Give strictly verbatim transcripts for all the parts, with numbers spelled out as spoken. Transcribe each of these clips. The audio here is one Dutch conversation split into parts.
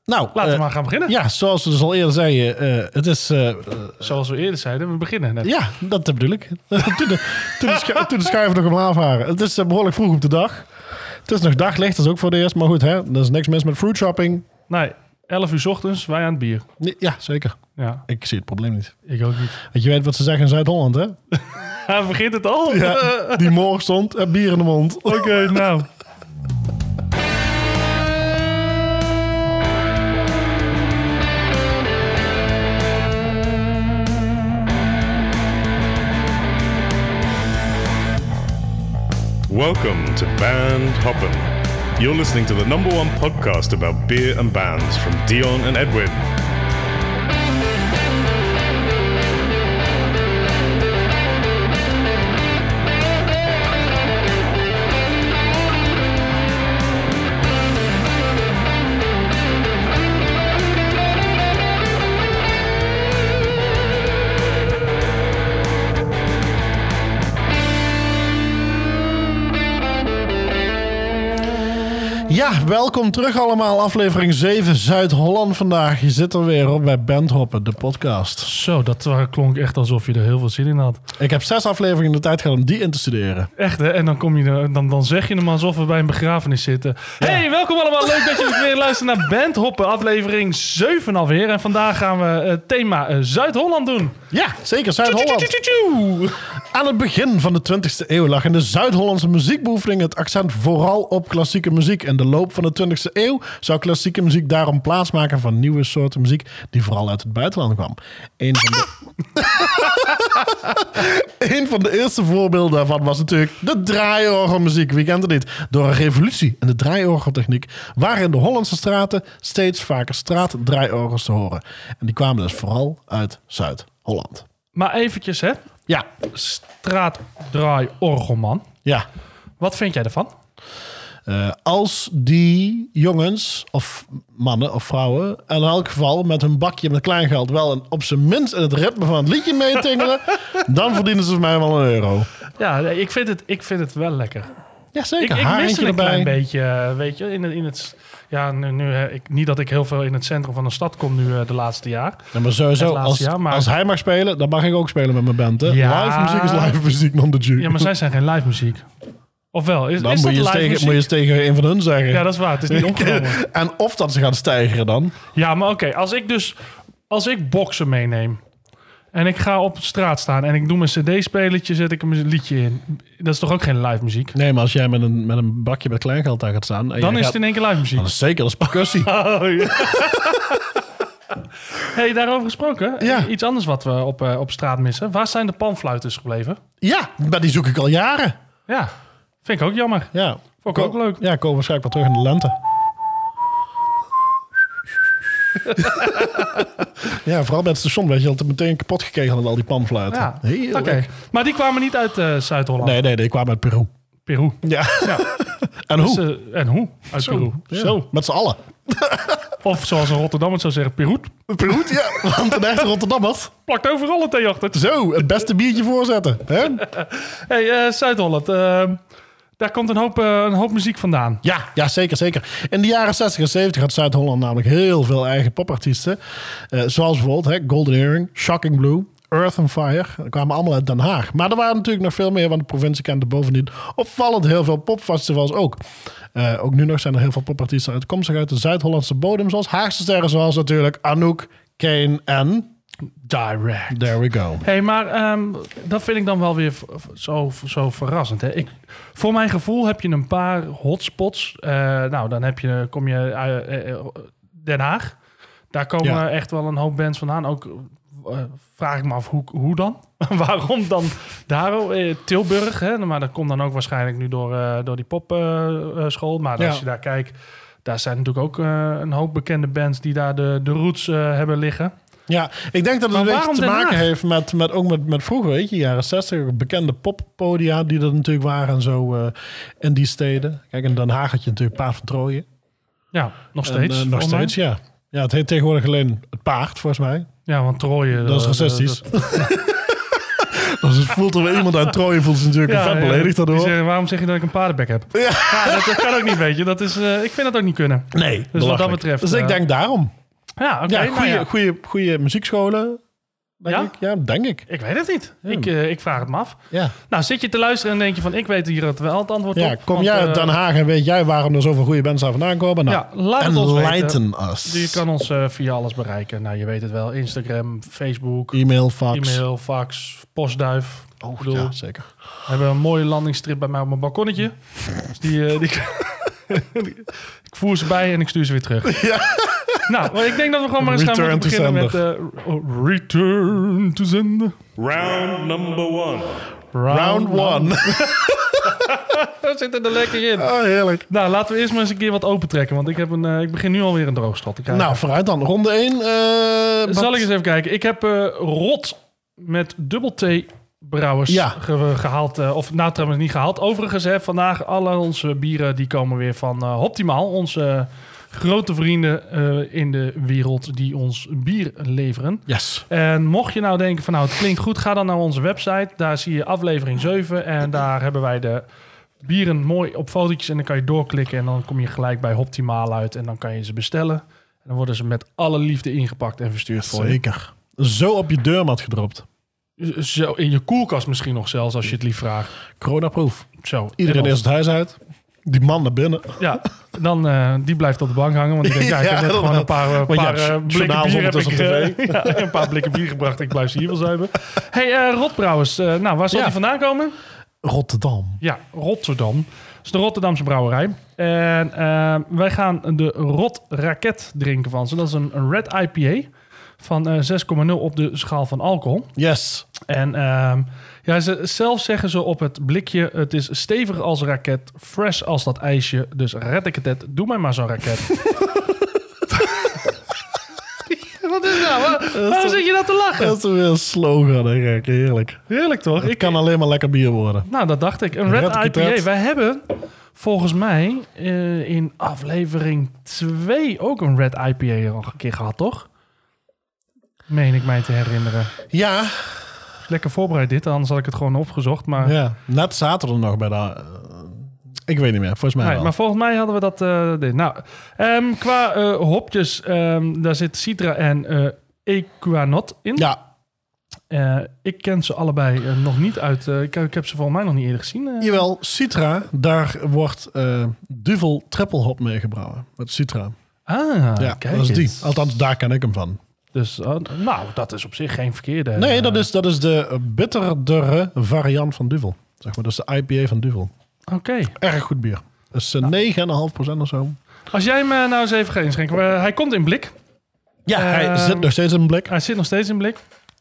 Nou, Laten we uh, maar gaan beginnen. Ja, zoals we dus al eerder zeiden, uh, het is... Uh, zoals we eerder zeiden, we beginnen net. Ja, dat bedoel ik. toen, de, toen, de schu- toen de schuiven nog omlaag waren. Het is uh, behoorlijk vroeg op de dag. Het is nog daglicht, dat is ook voor de eerst. Maar goed, hè, er is niks mis met fruit shopping. Nee, elf uur 's ochtends, wij aan het bier. Ja, zeker. Ja. Ik zie het probleem niet. Ik ook niet. Want je weet wat ze zeggen in Zuid-Holland, hè? Ja, begint het al? Ja, die morgen stond, heb bier in de mond. Oké, okay, nou... Welcome to Band Hoppin'. You're listening to the number one podcast about beer and bands from Dion and Edwin. Ja, welkom terug allemaal. Aflevering zeven Zuid-Holland vandaag. Je zit er weer op bij Bandhoppen, de podcast. Zo, dat klonk echt alsof je er heel veel zin in had. Ik heb zes afleveringen de tijd gehad om die in te studeren. Echt, hè? En dan, kom je er, dan, dan zeg je hem alsof we bij een begrafenis zitten. Ja. Hey, welkom allemaal. Leuk dat jullie weer luisteren naar Bandhoppen, aflevering zeven alweer. En vandaag gaan we het thema uh, Zuid-Holland doen. Ja, zeker, Zuid-Holland. Aan het begin van de twintigste eeuw lag in de Zuid-Hollandse muziekbeoefening het accent vooral op klassieke muziek. In de loop van de twintigste eeuw zou klassieke muziek daarom plaatsmaken van nieuwe soorten muziek die vooral uit het buitenland kwam. Een van de, Een van de eerste voorbeelden daarvan was natuurlijk de draaiorgelmuziek. Wie kent het niet? Door een revolutie in de draaiorgeltechniek waren in de Hollandse straten steeds vaker straatdraaiorgels te horen. En die kwamen dus vooral uit Zuid-Holland. Maar eventjes, hè? Ja. Straatdraaiorgelman. Ja. Wat vind jij ervan? Uh, als die jongens of mannen of vrouwen in elk geval met hun bakje met kleingeld wel een, op zijn minst in het ritme van het liedje meetingelen, dan verdienen ze mij wel een euro. Ja, ik vind het, ik vind het wel lekker. Ja, zeker. Ik, ik mis het een erbij. klein beetje, weet je, in het, in het ja, nu, nu ik, niet dat ik heel veel in het centrum van de stad kom nu uh, de laatste jaar. Ja, maar sowieso, als, jaar, maar... als hij mag spelen, dan mag ik ook spelen met mijn band. Hè? Ja. Live muziek is live muziek, non de Jew. Ja, maar zij zijn geen live muziek. Of wel? Is, dan is moet, dat je live tegen, muziek? moet je eens tegen een van hun zeggen. Ja, dat is waar. Het is niet opgenomen. En of dat ze gaan stijgeren dan. Ja, maar oké. Okay, als ik dus... Als ik boksen meeneem... En ik ga op de straat staan... En ik doe mijn cd-spelertje... Zet ik een liedje in. Dat is toch ook geen live muziek? Nee, maar als jij met een, met een bakje met kleingeld daar gaat staan... En dan is gaat, het in één keer live muziek. Dat is zeker, dat is percussie. Oh, ja. Hey, daarover gesproken. Ja. Iets anders wat we op, uh, op straat missen. Waar zijn de panfluiters gebleven? Ja, maar die zoek ik al jaren. Ja, vind ik ook jammer. Ja. Vond ik ook leuk. Ja, komen waarschijnlijk wel terug in de lente. Ja, vooral bij het station werd je altijd meteen kapot gekeken aan al die panfluiten. Ja, Heel oké. leuk. Maar die kwamen niet uit uh, Zuid-Holland? Nee, nee, die kwamen uit Peru. Peru. Ja. ja. En hoe? Dus, uh, en hoe? Uit Zo. Peru. Ja. Zo. Met z'n allen. Of zoals een Rotterdammer zou zeggen, Peru. Peru, ja. Want een echte Rotterdammer. Plakt overal een thee achter. Zo, het beste biertje voorzetten. Hè? Hey, uh, Zuid-Holland. Uh, daar komt een hoop, uh, een hoop muziek vandaan. Ja, ja, zeker, zeker. In de jaren zestig en zeventig had Zuid-Holland namelijk heel veel eigen popartiesten. Uh, zoals bijvoorbeeld hè, Golden Earring, Shocking Blue, Earth and Fire. Die kwamen allemaal uit Den Haag. Maar er waren natuurlijk nog veel meer, want de provincie kende bovendien opvallend heel veel popfestivals ook. Uh, ook nu nog zijn er heel veel popartiesten uitkomstig uit de Zuid-Hollandse bodem, zoals Haagse sterren, zoals natuurlijk Anouk, Kane en... Direct. There we go. Hey, maar um, dat vind ik dan wel weer zo, zo verrassend. Hè? Ik, voor mijn gevoel heb je een paar hotspots. Uh, nou, dan heb je, kom je uit uh, uh, Den Haag. Daar komen ja. echt wel een hoop bands vandaan. Ook uh, vraag ik me af, hoe, hoe dan? Waarom dan daar? Uh, Tilburg, hè? Maar dat komt dan ook waarschijnlijk nu door, uh, door die popschool. Uh, maar ja. als je daar kijkt, daar zijn natuurlijk ook uh, een hoop bekende bands die daar de, de roots uh, hebben liggen. Ja, ik denk dat het maar een beetje te Den maken Haag? heeft met, met ook met, met vroeger, weet je, jaren zestig, bekende poppodia die er natuurlijk waren en zo uh, in die steden. Kijk, in Den Haag had je natuurlijk Paard van Trooien. Ja, nog steeds. En, uh, nog steeds, mij. ja. Ja, het heet tegenwoordig alleen het paard, volgens mij. Ja, want Trooien... Dat is racistisch. Dus het voelt er weer iemand uit Troje voelt zich natuurlijk Ja, vet ja, beledigd die daardoor. zeggen, waarom zeg je dat ik een paardenbek heb? Ja, ja dat, dat kan ook niet, weet je. Dat is, uh, ik vind dat ook niet kunnen. Nee, Dus wat dat belachelijk. betreft... Dus uh, ik denk daarom. Ja, oké. Ja, nou goede, ja. goede, goede muziekscholen. Denk Ja? ik. Ja, denk ik. Ik weet het niet. Ja. Ik, uh, ik vraag het me af. Ja, Nou, zit je te luisteren en denk je van... ik weet hier het wel het antwoord ja op. kom want, jij uit uh, Den Haag en weet jij waarom er zoveel goede bands daar vandaan komen? Nou, Ja, laat het ons weten. enlighten us. Je kan ons uh, via alles bereiken. Nou, je weet het wel. Instagram, Facebook, E-mail, fax. e-mail, fax, postduif. Oh, Ik bedoel, ja, zeker. we hebben een mooie landingsstrip bij mij op mijn balkonnetje. Dus die, uh, die ik voer ze bij en ik stuur ze weer terug. Ja. Nou, maar ik denk dat we gewoon maar eens gaan Return moeten to beginnen met... Uh, oh, return to zender. Round number one. Round one. We zitten er lekker in. Oh, heerlijk. Nou, laten we eerst maar eens een keer wat opentrekken. Want ik, heb een, uh, ik begin nu alweer een droogstrot te krijgen. Nou, vooruit dan. Ronde één. Uh, Zal ik eens even kijken. Ik heb uh, Rot met dubbel T brouwers Ja. ge- gehaald. Uh, of nou trouwens niet gehaald. Overigens, hè, vandaag alle onze bieren die komen weer van uh, Optimaal. Onze uh, grote vrienden uh, in de wereld die ons bier leveren. Yes. En mocht je nou denken van nou het klinkt goed, ga dan naar onze website. Daar zie je aflevering zeven en daar hebben wij de bieren mooi op fotootjes en dan kan je doorklikken en dan kom je gelijk bij Optimaal uit en dan kan je ze bestellen. En dan worden ze met alle liefde ingepakt en verstuurd voor je. Zeker. Zo op je deurmat gedropt. Zo in je koelkast misschien nog zelfs als je het lief vraagt. Corona-proof. Zo. Iedereen En is het huis uit. Die man naar binnen. of- Ja, dan uh, die blijft op de bank hangen, want die denkt ja, ik Ja, heb net gewoon een paar, uh, want je paar hebt uh, blikken journaals bier heb ik, ondertussen op uh, ja, een paar blikken bier gebracht. Ik blijf ze hier wel zuipen. Hey, uh, Rotbrouwers, uh, nou waar zal Ja. die vandaan komen? Rotterdam. Ja, Rotterdam. Dat is de Rotterdamse brouwerij. En uh, wij gaan de Rot Raket drinken van ze. Dat is een, een Red I P A van uh, zes komma nul op de schaal van alcohol. Yes. En uh, ja, ze, zelf zeggen ze op het blikje... het is stevig als raket, fresh als dat ijsje. Dus red ik het net, doe mij maar zo'n raket. Wat is nou? Waar, waarom zit je nou te lachen? Dat is weer een slogan, hè, gek. Heerlijk. Heerlijk toch? Het Ik, kan alleen maar lekker bier worden. Nou, dat dacht ik. Een Red Red I P A. Raket. Wij hebben volgens mij uh, in aflevering twee ook een Red I P A al een keer gehad, toch? Meen ik mij te herinneren. Ja, Lekker voorbereid dit, anders had ik het gewoon opgezocht. Maar, ja. Net zaten er nog bij de... uh, ik weet niet meer, volgens mij nee, wel. maar volgens mij hadden we dat... Uh, dit. Nou, um, qua uh, hopjes, um, daar zit Citra en uh, Equanot in. Ja, Uh, ik ken ze allebei uh, nog niet uit... Uh, ik, ik heb ze volgens mij nog niet eerder gezien. Uh. jawel. Citra, daar wordt uh, Duvel Triple Hop mee gebrouwen. Met Citra. Ah, ja, kijk dat is die. eens. Althans, daar ken ik hem van. Dus, uh, nou, dat is op zich geen verkeerde... Nee, uh, dat is, dat is de bitterdere variant van Duvel. Zeg maar, dat is de I P A van Duvel. Oké. Erg goed bier. Dat is uh, negen komma vijf procent of zo. Als jij hem uh, nou eens even gaat inschenken. Uh, hij komt in blik. Ja, hij Ehm, zit nog steeds in een blik. Hij zit nog steeds in blik.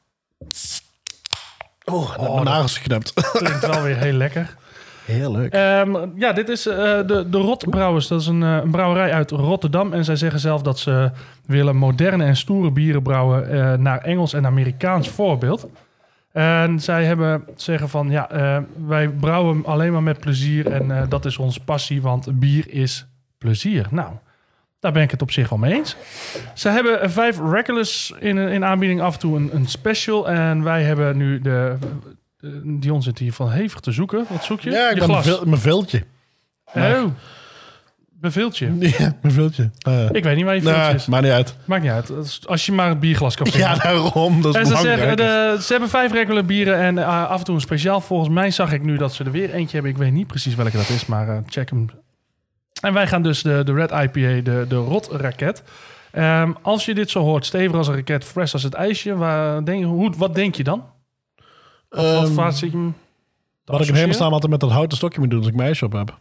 Oh, Oh, mijn dat- nagels geknipt. Klinkt wel weer heel lekker. Heerlijk. Um, ja, dit is uh, de, de Rotbrouwers. Dat is een, uh, een brouwerij uit Rotterdam. En zij zeggen zelf dat ze willen moderne en stoere bieren brouwen... Uh, naar Engels en Amerikaans voorbeeld. En zij hebben zeggen van... ja, uh, wij brouwen alleen maar met plezier... en uh, dat is onze passie, want bier is plezier. Nou, daar ben ik het op zich wel mee eens. Ze hebben uh, vijf regulars in, in aanbieding, af en toe een, een special. En wij hebben nu de... Uh, Dion zit hier van hevig te zoeken. Wat zoek je? Ja, ik je ben mijn glas. vil- mijn viltje. Oh, mijn viltje. Ja, mijn viltje. Uh, Ik weet niet waar je viltje nee, is. maakt niet uit. Maakt niet uit. Als- Als je maar een bierglas kan vinden. Ja, daarom. Dat is en ze, belangrijk. zeggen, de, ze hebben vijf regular bieren en uh, af en toe een speciaal. Volgens mij zag ik nu dat ze er weer eentje hebben. Ik weet niet precies welke dat is, maar uh, check hem. En wij gaan dus de, de Red I P A, de, de Rot Raket. Um, als je dit zo hoort, stevig als een raket, fresh als het ijsje. Waar denk, hoe, wat denk je dan? Wat, wat Ehm, vaart zit je hem te Wat ik in associëren? hemelsnaam altijd met dat houten stokje moet doen als ik mijn ijsje op heb.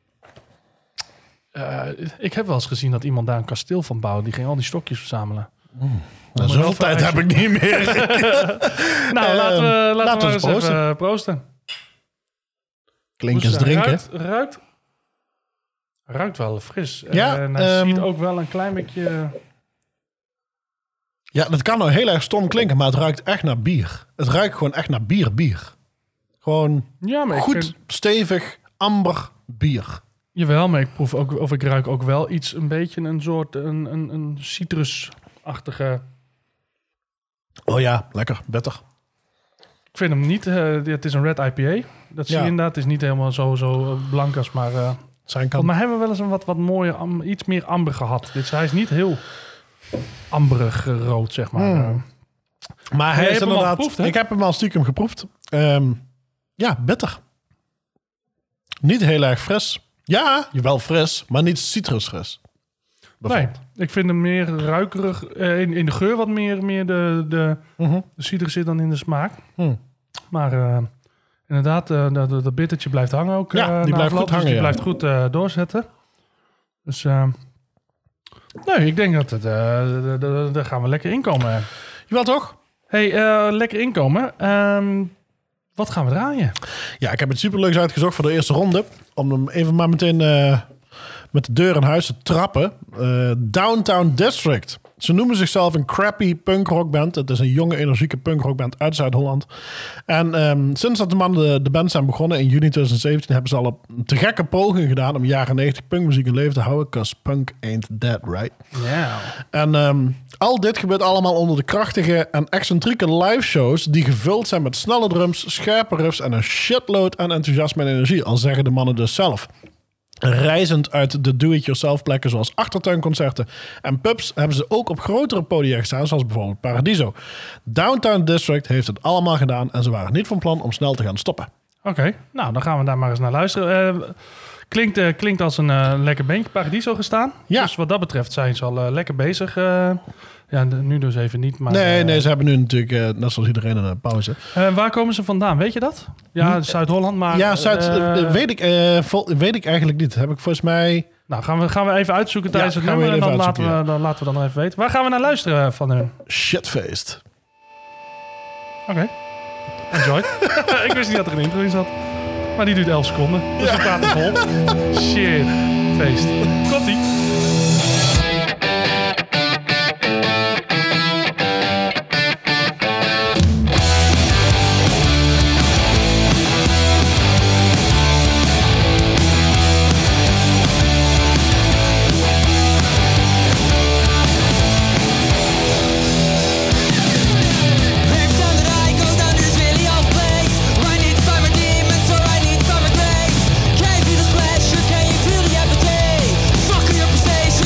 Uh, ik heb wel eens gezien dat iemand daar een kasteel van bouwde. Die ging al die stokjes verzamelen. Nou, maar zoveel wel tijd voor heb ik niet meer. Nou, Eh, laten we, laten laten we we eens proosten. even proosten. Klinkers Hoe is het? drinken. Ruikt, ruikt, ruikt wel fris. Ja, en hij ehm, ziet ook wel een klein beetje... Ja, dat kan nou heel erg stom klinken, maar het ruikt echt naar bier. Het ruikt gewoon echt naar bier, bier. Gewoon Ja, maar ik goed, vind, stevig, amber bier. jawel, maar ik proef ook, of ik ruik ook wel iets, een beetje een soort, een, een, een citrusachtige... Oh ja, lekker, bitter. Ik vind hem niet... Uh, het is een red I P A. Dat zie Ja. je inderdaad. Het is niet helemaal zo, zo blank als maar... Uh, Zijn kan. maar hebben we wel eens een wat, wat mooier... Am, iets meer amber gehad. Dit, hij is niet heel amberig uh, rood, zeg maar. Hmm. Uh, Maar hij je is hebt hem al inderdaad... geproefd, hè? ik heb hem al stiekem geproefd. Um, ja, bitter. Niet heel erg fris. Ja, wel fris, maar niet citrusfris. nee, ik vind hem meer ruikerig. Uh, in, in de geur wat meer, meer de, de, Uh-huh. de citrus zit dan in de smaak. Hmm. Maar uh, inderdaad, uh, dat, dat bittertje blijft hangen ook. Ja, uh, die blijft goed dus hangen, die ja. blijft goed uh, doorzetten. Dus uh, nee, ik denk dat het, uh, daar gaan we lekker inkomen. Jawel toch? Hey, uh, lekker inkomen. Um, wat gaan we draaien? Ja, ik heb het superleuks uitgezocht voor de eerste ronde. Om hem even maar meteen uh, met de deur in huis te trappen. Uh, Downtown District. Ze noemen zichzelf een crappy punkrockband. Het is een jonge, energieke punkrockband uit Zuid-Holland. En um, sinds dat de mannen de, de band zijn begonnen in juni twintig zeventien... hebben ze al een te gekke poging gedaan om jaren negentig punkmuziek in leven te houden. Cause punk ain't dead, right? Ja. Yeah. En um, al dit gebeurt allemaal onder de krachtige en excentrieke live shows... die gevuld zijn met snelle drums, scherpe riffs en een shitload aan enthousiasme en energie. Al zeggen de mannen dus zelf. Reizend uit de do-it-yourself plekken zoals achtertuinconcerten en pubs... hebben ze ook op grotere podia gestaan, zoals bijvoorbeeld Paradiso. Downtown District heeft het allemaal gedaan... en ze waren niet van plan om snel te gaan stoppen. Oké, okay, nou dan gaan we daar maar eens naar luisteren. Uh, klinkt, uh, klinkt als een uh, lekker beentje. Paradiso gestaan. Ja. Dus wat dat betreft zijn ze al uh, lekker bezig. Uh, ja, de, nu dus even niet. Maar, nee, uh, nee, ze hebben nu natuurlijk, uh, net zoals iedereen, een pauze. Uh, waar komen ze vandaan? Weet je dat? Ja, Zuid-Holland, maar... Ja, Zuid, uh, weet, ik, uh, vol, weet ik eigenlijk niet. Heb ik volgens mij... Nou, gaan we, gaan we even uitzoeken tijdens ja, het nummer. En dan laten, ja. we, dan laten we dan even weten. Waar gaan we naar luisteren van hun? Shitfaced. Oké. Okay. Enjoy. Ik wist niet dat er een intro in zat. Maar die duurt elf seconden. Dus we praten vol. Shit. Feest. Komt-ie. Can you feel the appetite? Fuck your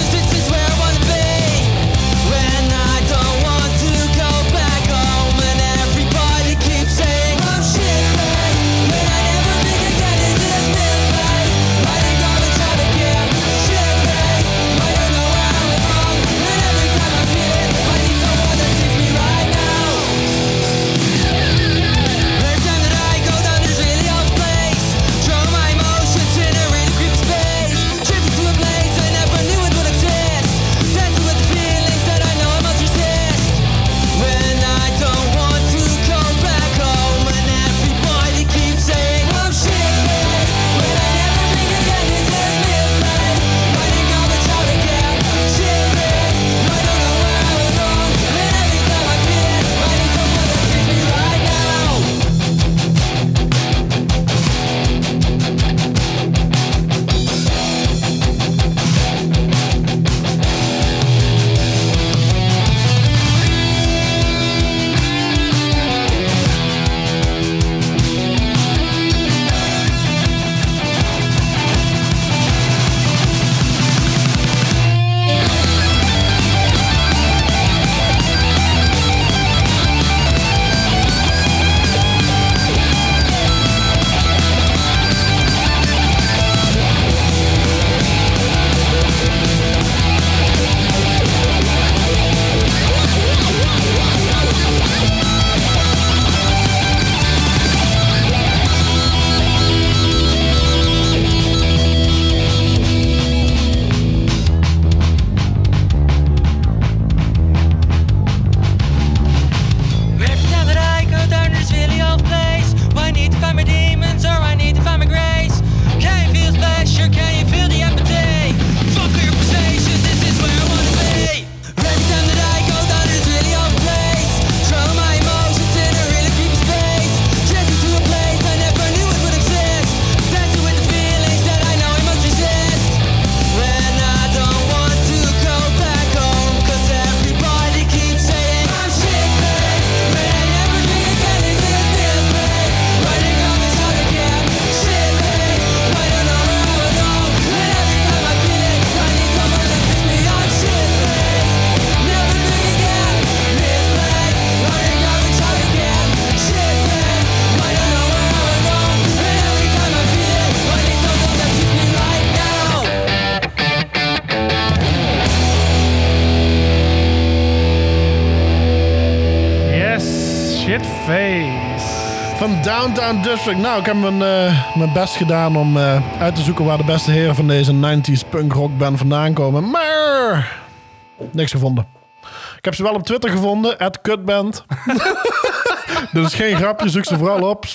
Face. Van Downtown District. Nou, ik heb mijn, uh, mijn best gedaan om uh, uit te zoeken waar de beste heren van deze nineties punk rock band vandaan komen. Maar niks gevonden. Ik heb ze wel op Twitter gevonden, at Kutband. Dit is geen grapje, zoek ze vooral op.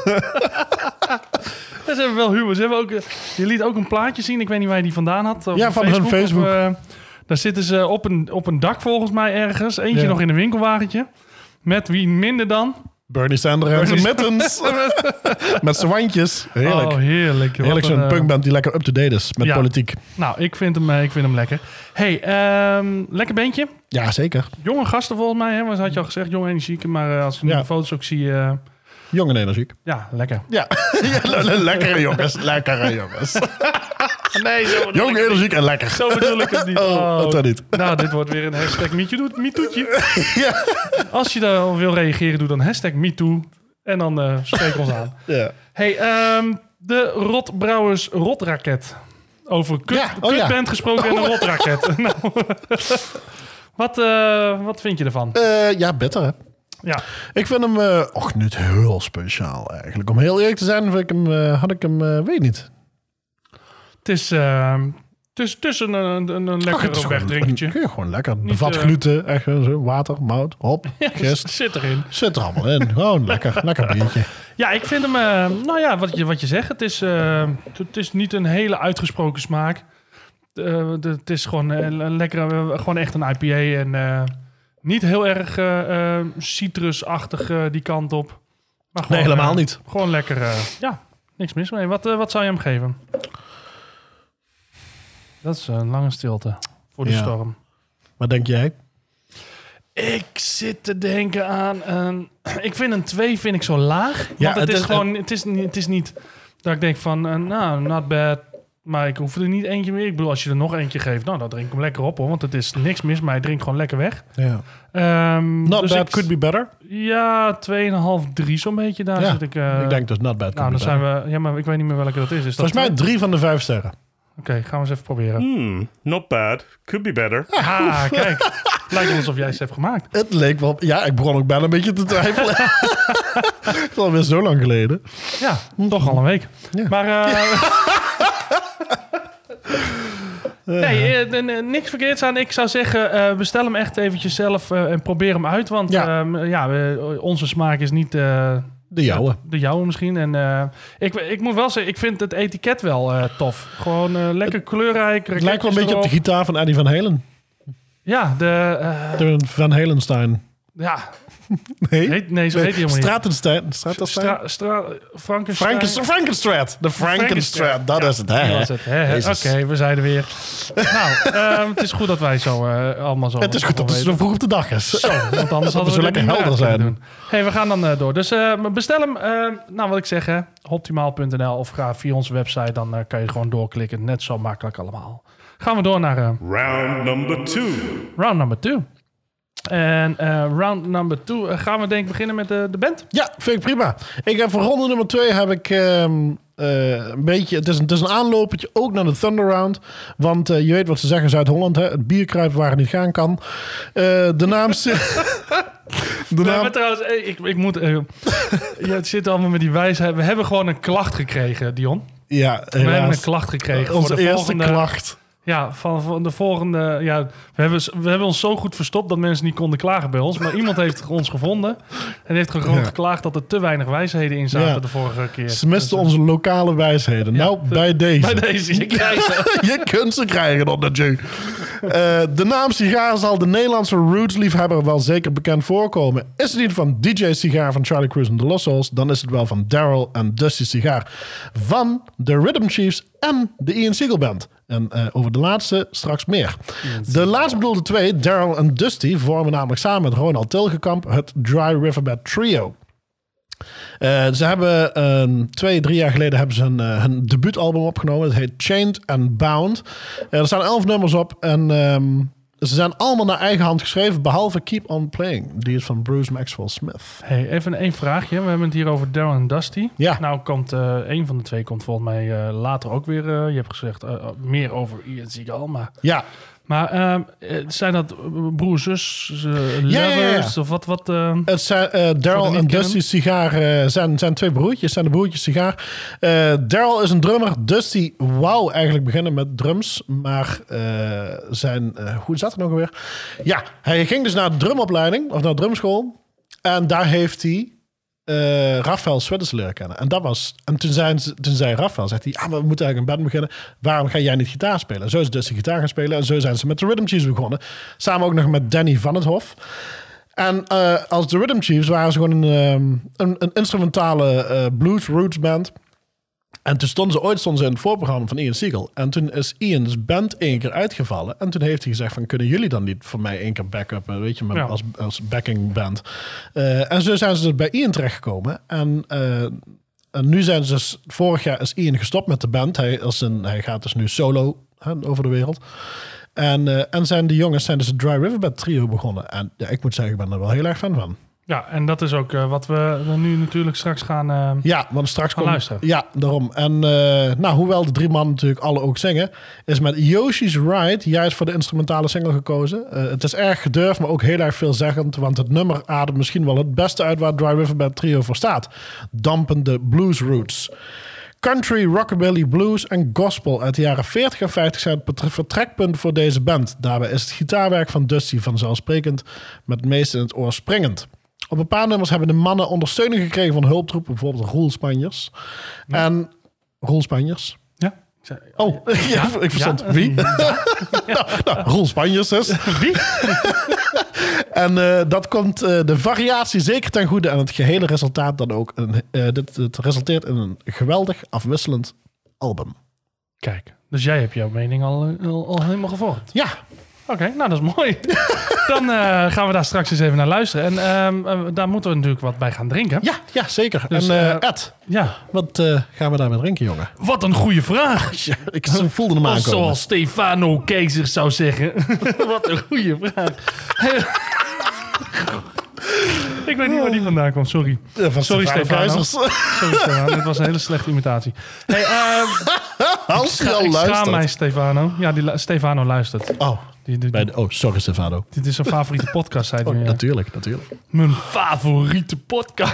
Ze hebben wel humor. Ze hebben ook, je liet ook een plaatje zien. Ik weet niet waar je die vandaan had. Ja, van Facebook, hun Facebook. Of, uh, daar zitten ze op een, op een dak volgens mij ergens. Eentje ja. nog in een winkelwagentje. Met wie minder dan? Bernie Sanders en zijn mittens. Met zijn wandjes. Heerlijk. Oh, heerlijk. Heerlijk zo'n uh, punkband die lekker up-to-date is met ja. politiek. Nou, ik vind hem, ik vind hem lekker. Hey, um, lekker bandje. Ja, zeker. Jonge gasten volgens mij. Hè? Wat had je al gezegd? Jong energiek. Maar uh, als ik ja. de foto's ook zie... Uh, Jong en energiek. Ja, lekker. Ja, ja lekkere jongens. Lekkere jongens. Nee, zo Jong, energiek en lekker. Zo bedoel ik het niet. Oh, oh. dat niet. Nou, dit wordt weer een hashtag MeToo-toetje. Ja. Als je daar wil reageren, doe dan hashtag MeToo. En dan uh, spreek ons aan. Ja. Hey, um, de Rotbrouwers Rotraket. Over kut, ja. oh, kutband ja. gesproken en een rotraket. Nou, wat, uh, wat vind je ervan? Uh, ja, beter hè. Ja. Ik vind hem, uh, och, niet heel speciaal eigenlijk. Om heel eerlijk te zijn, vind ik hem, uh, had ik hem, uh, weet niet. Het is, uh, het is, het is een, een, een, een lekker wegdrinkertje. Kun je gewoon lekker. Niet, bevat uh, gluten, echt zo, water, mout, hop, ja, gist. Zit erin. Zit er allemaal in. Gewoon lekker, lekker biertje. Ja, ik vind hem, uh, nou ja, wat je, wat je zegt, het is, uh, het is niet een hele uitgesproken smaak. Uh, de, het is gewoon een, een lekkere, uh, gewoon echt een I P A en... Uh, Niet heel erg uh, uh, citrusachtig uh, die kant op. Maar gewoon, nee, helemaal uh, niet. Gewoon lekker, uh, ja, niks mis mee. Wat, uh, wat zou je hem geven? Dat is een lange stilte voor de ja. storm. Wat denk jij? Ik zit te denken aan een... Ik vind een twee vind ik zo laag. Ja, want het, het is gewoon... Het, het, is, het is niet dat ik denk van... Uh, nou, not bad. Maar ik hoef er niet eentje meer. Ik bedoel, als je er nog eentje geeft, nou, dan drink ik hem lekker op, hoor. Want het is niks mis, maar je drinkt gewoon lekker weg. Ja. Um, not dus bad, ik, could be better. Ja, twee komma vijf, drie zo'n beetje. Daar ja, zit ik... Uh, ik denk dus not bad, nou, dan zijn we... Ja, maar ik weet niet meer welke dat is. is Volgens dat mij drie van de vijf sterren. Oké, okay, gaan we eens even proberen. Hmm, not bad. Could be better. Ah, kijk. Lijkt wel alsof jij het hebt gemaakt. Het leek wel... Ja, ik begon ook bijna een beetje te twijfelen. Het is alweer zo lang geleden. Ja, toch al een week. Ja. Maar... Uh, ja. Nee, uh, niks verkeerds aan. Ik zou zeggen, uh, bestel hem echt eventjes zelf uh, en probeer hem uit. Want ja, uh, ja uh, onze smaak is niet... Uh, de jouwe. De jouwe misschien. En uh, ik, ik moet wel zeggen, ik vind het etiket wel uh, tof. Gewoon uh, lekker het kleurrijk. Het lijkt wel een beetje erop. Op de gitaar van Eddie Van Halen. Ja, de... Uh, de Van Halenstein. Ja. Nee? Heet, nee, zo nee. heet hij helemaal niet. Stratenstein. Stratenstein? Stra, Stra, Frankenstein. Frankenstein. Frankenstrat. De Frankenstrat. Dat ja, is het, hè? Oké, okay, we zeiden weer. Nou, uh, het is goed dat wij zo uh, allemaal zo... Het is goed dat het zo vroeg op de dag is. Zo, want anders hadden we zo lekker helder zijn. Doen. Hey, we gaan dan uh, door. Dus uh, bestel hem. Uh, nou, wat ik zeg, hè. Optimaal punt n l of ga via onze website. Dan uh, kan je gewoon doorklikken. Net zo makkelijk allemaal. Gaan we door naar... Uh, round number two. Round number two. En uh, round number two uh, gaan we denk ik beginnen met de, de band. Ja, vind ik prima. Ik heb voor ronde nummer twee heb ik um, uh, een beetje... Het is een, het is een aanlopertje ook naar de Thunder Round. Want uh, je weet wat ze zeggen in Zuid-Holland. Hè? Het bier kruipen waar het niet gaan kan. Uh, de naam... De naam... Maar trouwens, ik, ik moet... Uh, ja, het zit allemaal met die wijsheid. We hebben gewoon een klacht gekregen, Dion. Ja, helaas. We hebben een klacht gekregen. Onze voor de eerste volgende... klacht. Ja, van, van de volgende... Ja, we, hebben, we hebben ons zo goed verstopt dat mensen niet konden klagen bij ons. Maar iemand heeft ons gevonden. En heeft gewoon ja. geklaagd dat er te weinig wijsheden in zaten ja. de vorige keer. Ze misten dus, onze lokale wijsheden. Ja, nou, de, bij deze. Bij deze, je krijgt ze. Je kunt ze krijgen op de J. Uh, de naam sigaar zal de Nederlandse roots-liefhebber wel zeker bekend voorkomen. Is het niet van D J Sigaar van Charlie Cruz en The Lost Souls, dan is het wel van Daryl en Dusty Sigaar van de Rhythm Chiefs en de Ian Siegel Band. En uh, over de laatste straks meer. De laatst bedoelde twee, Daryl en Dusty, vormen namelijk samen met Ronald Tilgekamp het Dry Riverbed Trio. Uh, ze hebben uh, twee, drie jaar geleden hebben ze een, uh, hun debuutalbum opgenomen. Het heet Chained and Bound. Uh, er staan elf nummers op en um, ze zijn allemaal naar eigen hand geschreven, behalve Keep On Playing. Die is van Bruce Maxwell Smith. Hey, even één vraagje. We hebben het hier over Daryl en Dusty. Ja. Nou komt uh, een van de twee komt volgens mij uh, later ook weer. Uh, je hebt gezegd uh, meer over Ian Siegel, maar... Ja. Maar uh, zijn dat broers, zus, uh, lovers ja, ja, ja. of wat? wat uh, Het zijn uh, Daryl en Dusty Cigar uh, zijn, zijn twee broertjes, zijn de broertjes Cigar. Uh, Daryl is een drummer. Dusty wou eigenlijk beginnen met drums, maar uh, zijn uh, hoe zat het nog alweer? Ja, hij ging dus naar de drumopleiding of naar de drumschool en daar heeft hij Uh, Rafael Swedders leren kennen. En dat was. En toen zei, toen zei Rafael, zegt hij, ah, maar we moeten eigenlijk een band beginnen. Waarom ga jij niet gitaar spelen? En zo is dus de gitaar gaan spelen. En zo zijn ze met de Rhythm Chiefs begonnen. Samen ook nog met Danny van het Hof. En uh, als de Rhythm Chiefs waren ze gewoon een, um, een, een instrumentale uh, blues roots band. En toen stonden ze ooit stonden ze in het voorprogramma van Ian Siegel. En toen is Ian's band één keer uitgevallen. En toen heeft hij gezegd van, kunnen jullie dan niet voor mij één keer backuppen? Weet je, met, ja. als, als backing band. Uh, en zo zijn ze dus bij Ian terechtgekomen. En, uh, en nu zijn ze dus, vorig jaar is Ian gestopt met de band. Hij, als een, hij gaat dus nu solo hè, over de wereld. En, uh, en zijn de jongens zijn dus het Dry Riverbed trio begonnen. En ja, ik moet zeggen, ik ben er wel heel erg fan van. Ja, en dat is ook uh, wat we nu natuurlijk straks gaan, uh, ja, want straks gaan komt, luisteren. Ja, daarom. En uh, nou, hoewel de drie mannen natuurlijk alle ook zingen, is met Yoshi's Ride juist voor de instrumentale single gekozen. Uh, het is erg gedurfd, maar ook heel erg veelzeggend, want het nummer ademt misschien wel het beste uit waar Dry Riverbed Trio voor staat. Dampende blues roots. Country, rockabilly, blues en gospel uit de jaren veertig en vijftig zijn het vertrekpunt voor deze band. Daarbij is het gitaarwerk van Dusty vanzelfsprekend met het meest in het oor springend. Op een paar nummers hebben de mannen ondersteuning gekregen van hulptroepen, bijvoorbeeld Roel Spanjers. Ja. En Roel Spanjers. Ja. Oh, ja, ja, ik verstond. Ja. Wie? Ja. nou, nou, Roel Spanjers dus. Wie? En uh, dat komt uh, de variatie zeker ten goede en het gehele resultaat dan ook. Een, uh, dit, dit resulteert in een geweldig afwisselend album. Kijk, dus jij hebt jouw mening al, al, al helemaal gevormd. Ja. Oké, okay, nou dat is mooi. Dan uh, gaan we daar straks eens even naar luisteren. En uh, uh, daar moeten we natuurlijk wat bij gaan drinken. Ja, ja zeker. Dus, en uh, uh, Ed, ja. wat uh, gaan we daarmee drinken, jongen? Wat een goede vraag. Ja, ik voelde hem aankomen. Zoals Stefano Keizer zou zeggen. Wat een goede vraag. Ik weet niet waar die vandaan komt, sorry. Ja, van sorry Stefano. Stefano. Sorry Stefano, dit was een hele slechte imitatie. Hey, uh, Als ik, je al ik luistert. schaam mij, Stefano. Ja, die, Stefano luistert. Oh, die, die, bij de, oh, sorry Stefano. Dit is een favoriete podcast, zei hij. Oh, ja. Natuurlijk, natuurlijk. Mijn favoriete podcast.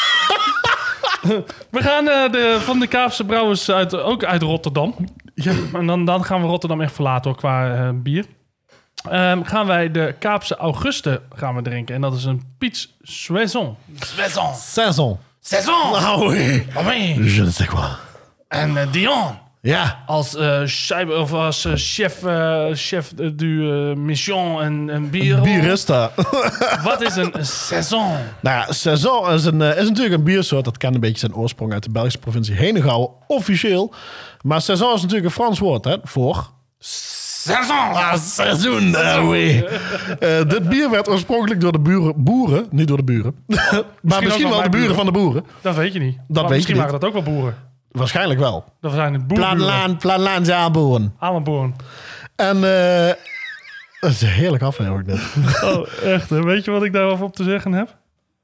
We gaan uh, de, van de Kaapse Brouwers uit, ook uit Rotterdam. Ja. En dan, dan gaan we Rotterdam echt verlaten hoor, qua uh, bier. Um, gaan wij de Kaapse Auguste gaan we drinken. En dat is een Piets Saison. Saison. Saison. Saison. Ah oui. Oh, oui. Je ne sais quoi. En uh, Dion. Ja. Als, uh, chef, of als uh, chef, uh, chef du uh, mission en, en bier. Bierista. Wat is een saison? Nou ja, saison is, een, uh, is natuurlijk een biersoort. Dat kent een beetje zijn oorsprong uit de Belgische provincie Henegouwen, officieel. Maar saison is natuurlijk een Frans woord hè, voor... Saison. Ah, seizoen. Ah, oui. uh, dit bier werd oorspronkelijk door de buren, boeren, niet door de buren, oh, maar misschien, misschien wel de buren, buren van de boeren. Dat weet je niet. Dat weet misschien je waren dat ook wel boeren. Waarschijnlijk wel. Dat zijn het boeren. Planlaan, planlaan zijn boeren. Allemaal boeren. En uh, dat is een heerlijk aflevering dit. Oh, echt hè? Weet je wat ik daarover op te zeggen heb?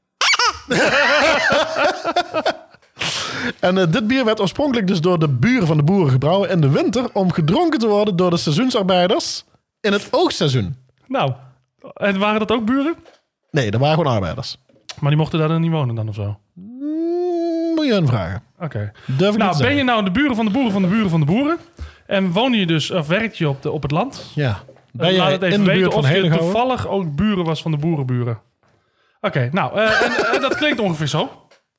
En uh, dit bier werd oorspronkelijk dus door de buren van de boeren gebrouwen in de winter om gedronken te worden door de seizoensarbeiders in het oogstseizoen. Nou, en waren dat ook buren? Nee, dat waren gewoon arbeiders. Maar die mochten daar dan niet wonen dan of zo? Mm, moet je hun vragen. Oké. Okay. Nou, ben je nou de buren van de boeren van de buren van de boeren? En woon je dus, of werk je op, de, op het land? Ja. Ben je laat het even in de weten buurt of van je Henegouwen? toevallig ook buren was van de boerenburen. Oké, okay, nou, uh, en, uh, dat klinkt ongeveer zo.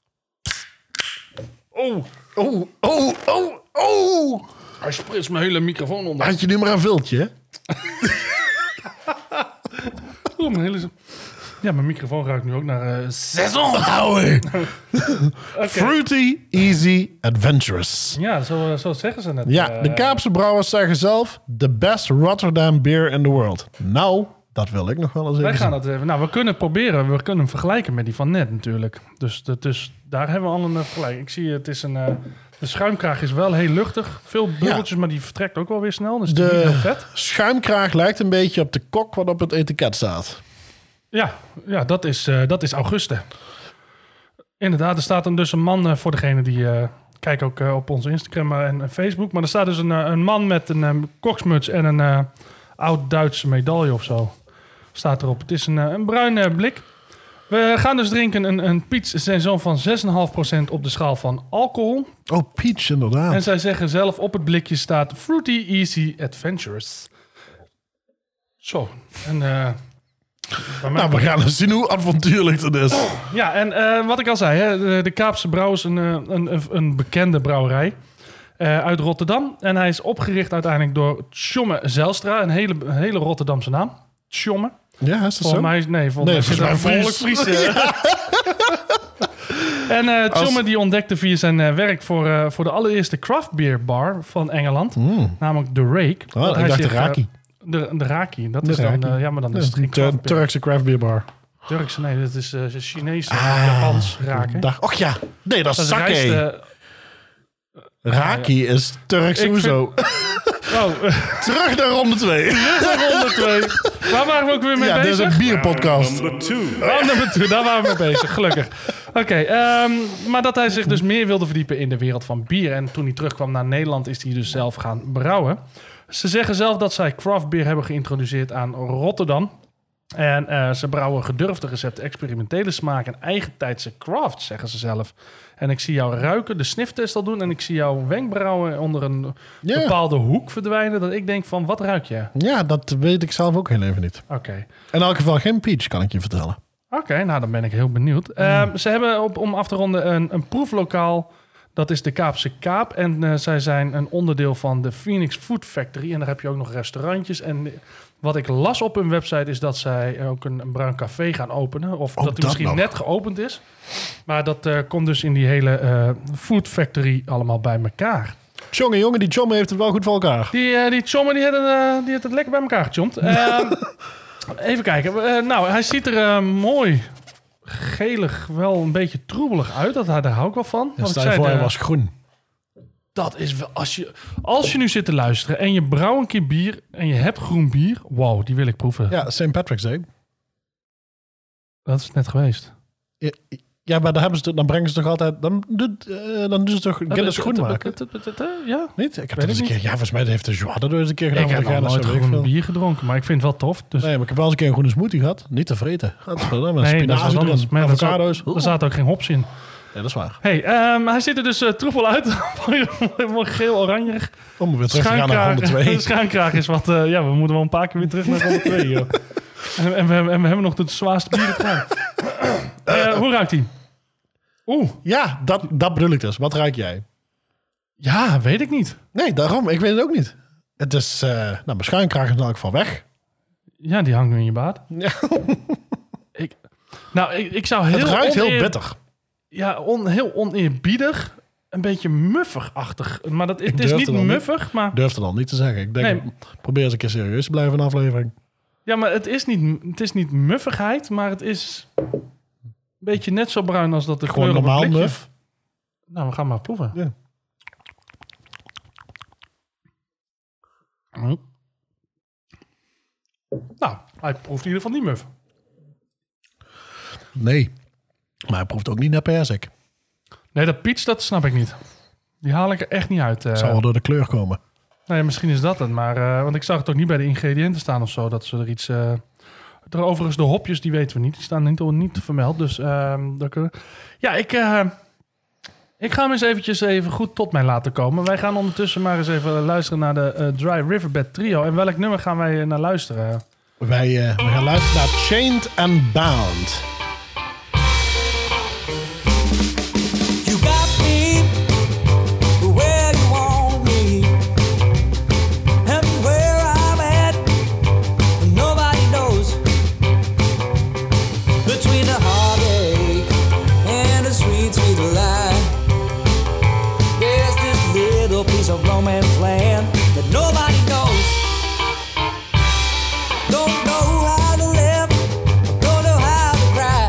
Oh, oh, oh, oh, oh. Hij spritst mijn hele microfoon onder. Had je nu maar een viltje, hè? oh, mijn hele... Ja, mijn microfoon ruikt nu ook naar uh, saison. Okay. Fruity, easy, adventurous. Ja, zo, zo zeggen ze net. Ja, uh, de Kaapse brouwers zeggen zelf... The best Rotterdam beer in the world. Nou, dat wil ik nog wel eens even Wij gaan zien. dat even... Nou, we kunnen proberen. We kunnen hem vergelijken met die van net natuurlijk. Dus, de, dus daar hebben we al een uh, vergelijking. Ik zie het is een... Uh, de schuimkraag is wel heel luchtig. Veel bubbeltjes, ja. Maar die vertrekt ook wel weer snel. Dus de niet heel vet. Schuimkraag lijkt een beetje op de kok wat op het etiket staat. Ja, ja dat, is, uh, dat is Auguste. Inderdaad, er staat een, dus een man uh, voor degene die... Uh, kijk ook uh, op onze Instagram en uh, Facebook. Maar er staat dus een, uh, een man met een um, koksmuts en een uh, oud-Duitse medaille of zo. Staat erop. Het is een, een bruine blik. We gaan dus drinken een, een peach saison van zes komma vijf procent op de schaal van alcohol. Oh, peach inderdaad. En zij zeggen zelf op het blikje staat Fruity Easy Adventures. Zo. En, uh, nou, we gaan eens zien hoe avontuurlijk het is. Ja, en uh, wat ik al zei, hè, de, de Kaapse Brouw is een, een, een, een bekende brouwerij uh, uit Rotterdam. En hij is opgericht uiteindelijk door Tjomme Zijlstra, een hele, een hele Rotterdamse naam. Tjomme. Ja, is dat volgens zo? Mij, nee, volgens nee, mij is het een Fries. Fries. Ja. En uh, Tjomme Als... die ontdekte via zijn uh, werk voor, uh, voor de allereerste craft beer bar van Engeland, mm. namelijk de Rake. Oh, ik hij dacht zich, de Raki. Uh, de, de Raki, dat de is Raki. dan, uh, ja, maar dan is het geen craft beer. Turkse craft beer bar. Turkse, nee, dat is uh, Chinees, ah, Japans Raki. Och ja, nee, dat is dat sake. Is rijst, uh, Raki uh, is Turks sowieso. Vind... Oh. Terug naar ronde twee. Terug naar ronde twee. Waar waren we ook weer mee ja, bezig? Ja, dit is een bierpodcast. Number two. Oh, number two. Daar waren we mee bezig, gelukkig. Oké, okay, um, maar dat hij zich dus meer wilde verdiepen in de wereld van bier. En toen hij terugkwam naar Nederland is hij dus zelf gaan brouwen. Ze zeggen zelf dat zij craft beer hebben geïntroduceerd aan Rotterdam. En uh, ze brouwen gedurfde recepten, experimentele smaak en eigentijdse craft, zeggen ze zelf. En ik zie jou ruiken, de sniftest al doen en ik zie jouw wenkbrauwen onder een yeah. bepaalde hoek verdwijnen. Dat ik denk van, wat ruik je? Ja, dat weet ik zelf ook heel even niet. Oké. Okay. In elk geval geen peach, kan ik je vertellen. Oké, okay, nou dan ben ik heel benieuwd. Mm. Uh, ze hebben, op, om af te ronden, een, een proeflokaal. Dat is de Kaapse Kaap. En uh, zij zijn een onderdeel van de Phoenix Food Factory. En daar heb je ook nog restaurantjes. En wat ik las op hun website is dat zij ook een, een bruin café gaan openen. Of ook dat die misschien nog. net geopend is. Maar dat uh, komt dus in die hele uh, Food Factory allemaal bij elkaar. Jongen, jongen, die Tjomme heeft het wel goed voor elkaar. Die, uh, die Tjomme die heeft, uh, die heeft het lekker bij elkaar gechomd. Uh, even kijken. Uh, nou, hij ziet er uh, mooi... gelig, wel een beetje troebelig uit. Dat, daar hou ik wel van. Ja, stel je voor, hij was groen. Dat is wel... Als je, als je nu zit te luisteren en je brouwt een keer bier... en je hebt groen bier... Wow, die wil ik proeven. Ja, Saint Patrick's Day. Dat is net geweest. Ja, ja, maar dan, hebben ze, dan brengen ze toch altijd... Dan, uh, dan doen ze toch Guinness groen maken? Ja. Niet? Ik heb dat eens een keer... Ja, volgens mij heeft de Joie dat eens een keer gedaan. Ik heb nog nooit groen bier gedronken, maar ik vind het wel tof. Dus. Nee, maar ik heb wel eens een keer een groene smoothie gehad. Niet te vreten. Met nee, spinazie dat is erin, avocado's. Er zaten ook geen hops in. Ja, dat is waar. Hey, um, hij ziet er dus uh, troebel uit. Geel-oranjerig. Om weer terug te gaan naar ronde twee. De schuinkraag is wat... Uh, ja, we moeten wel een paar keer weer terug naar ronde twee. Joh. En, en, we, en we hebben nog de zwaarste bieren te gaan. Uh, hoe ruikt hij? Oeh. Ja, dat, dat bedoel ik dus. Wat ruik jij? Ja, weet ik niet. Nee, daarom. Ik weet het ook niet. Het is... Uh, nou, mijn schuinkraag is in elk geval weg. Ja, die hangt nu in je baard. Ja. ik, nou, ik, ik zou heel... Het ruikt oneer... heel bitter. Ja, on, heel oneerbiedig. Een beetje muffig-achtig. Maar dat, het is niet muffig, niet, maar... durf het al niet te zeggen. Ik denk, nee. probeer eens een keer serieus te blijven in de aflevering. Ja, maar het is niet, het is niet muffigheid, maar het is... een beetje net zo bruin als dat de Gewoon kleur op normaal het blikje. muff. Nou, we gaan maar proeven. Ja. Hm. Nou, hij proeft in ieder geval niet muff. Nee, maar hij proeft ook niet naar persik. Nee, dat peach, dat snap ik niet. Die haal ik er echt niet uit. Uh... Zou wel door de kleur komen. Nee, misschien is dat het. Maar, uh, want ik zag het ook niet bij de ingrediënten staan of zo. Dat ze er iets... Uh... Er overigens de hopjes, die weten we niet. Die staan niet, niet vermeld. Dus uh, dat kunnen... Ja, ik... Uh... Ik ga hem eens eventjes even goed tot mij laten komen. Wij gaan ondertussen maar eens even luisteren naar de uh, Dry Riverbed Trio. En welk nummer gaan wij naar luisteren? Wij uh, we gaan luisteren naar Chained and Bound. You got me where you want me. And where I'm at, nobody knows. Between the heartache and the sweet, sweet lie. Piece of romance land that nobody knows. Don't know how to live, don't know how to cry.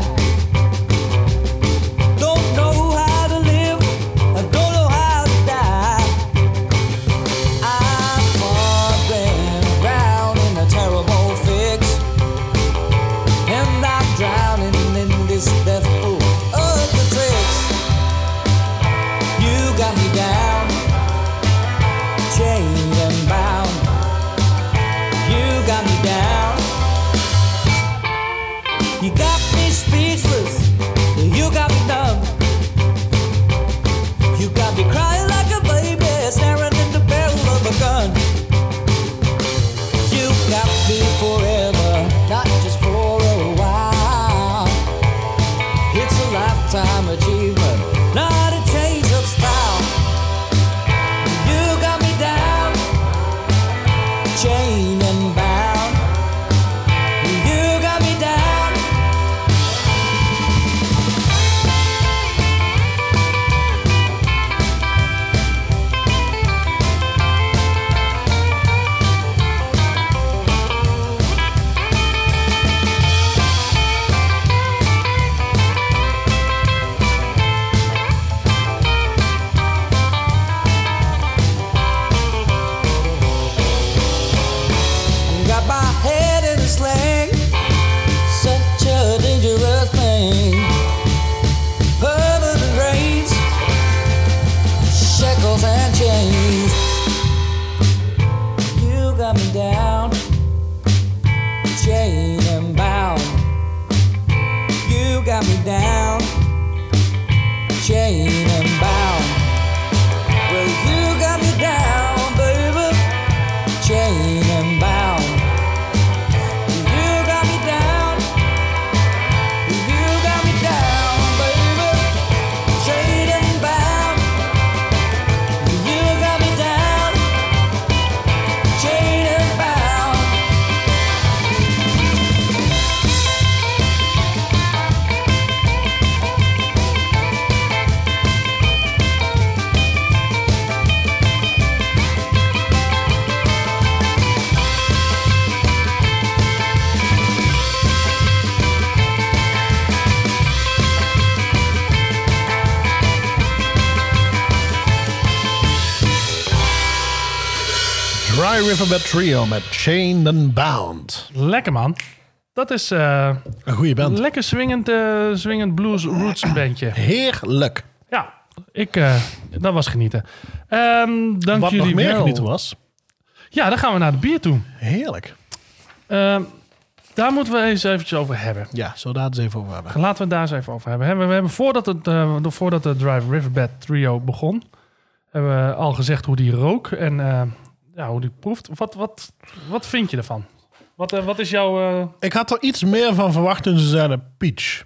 Dry River Bed Trio met Chained and Bound. Lekker, man. Dat is uh, Een goede band. lekker swingend, uh, swingend blues roots bandje. Heerlijk. Ja, ik, uh, dat was genieten. Um, dank Wat jullie nog meer wel. genieten was. Ja, dan gaan we naar de bier toe. Heerlijk. Um, daar moeten we eens eventjes over hebben. Ja, zullen we daar eens even over hebben. Laten we het daar eens even over hebben. We hebben voordat, het, uh, voordat de Dry River Bed Trio begon, hebben we al gezegd hoe die rook en uh, ja, hoe die proeft. Wat, wat, wat vind je ervan? Wat, uh, wat is jouw... Uh... Ik had er iets meer van verwacht toen ze zeiden peach.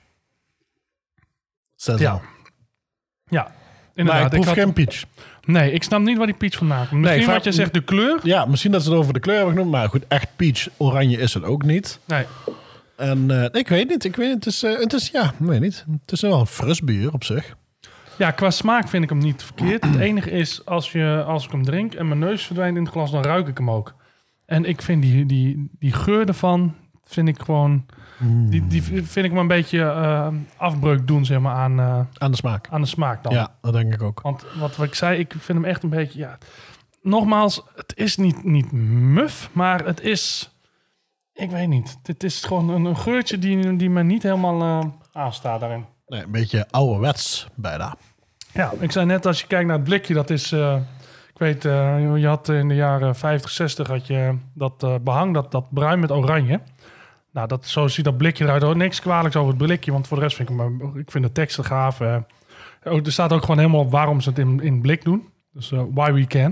Zes Ja. al. Ja, Maar inderdaad. ik proef had- geen peach. Nee, ik snap niet waar die peach vandaan komt. Misschien vaak- wat je zegt, de kleur? Ja, misschien dat ze het over de kleur hebben genoemd. Maar goed, echt peach. Oranje is het ook niet. Nee. En uh, ik weet niet. Ik weet niet. Het is, uh, het is ja, ik weet niet. Het is wel een fris bier op zich. Ja, qua smaak vind ik hem niet verkeerd. Het enige is, als, je, als ik hem drink en mijn neus verdwijnt in het glas, dan ruik ik hem ook. En ik vind die, die, die geur ervan, vind ik gewoon... Mm. Die, die vind ik me een beetje uh, afbreuk doen, zeg maar, aan, uh, Aan de smaak. aan de smaak dan. Ja, dat denk ik ook. Want wat, wat ik zei, ik vind hem echt een beetje... Ja, nogmaals, het is niet, niet muf, maar het is... Ik weet niet. Het is gewoon een, een geurtje die, die me niet helemaal uh, aanstaat daarin. Nee, een beetje ouderwets bijna. Ja, ik zei net, als je kijkt naar het blikje, dat is... Uh, ik weet, uh, je had in de jaren vijftig, zestig had je dat uh, behang, dat, dat bruin met oranje. Nou, dat, zo ziet dat blikje eruit. Oh, niks kwalijks over het blikje, want voor de rest vind ik, hem, ik vind de teksten gaaf. Uh, oh, er staat ook gewoon helemaal op waarom ze het in, in blik doen. Dus uh, why we can.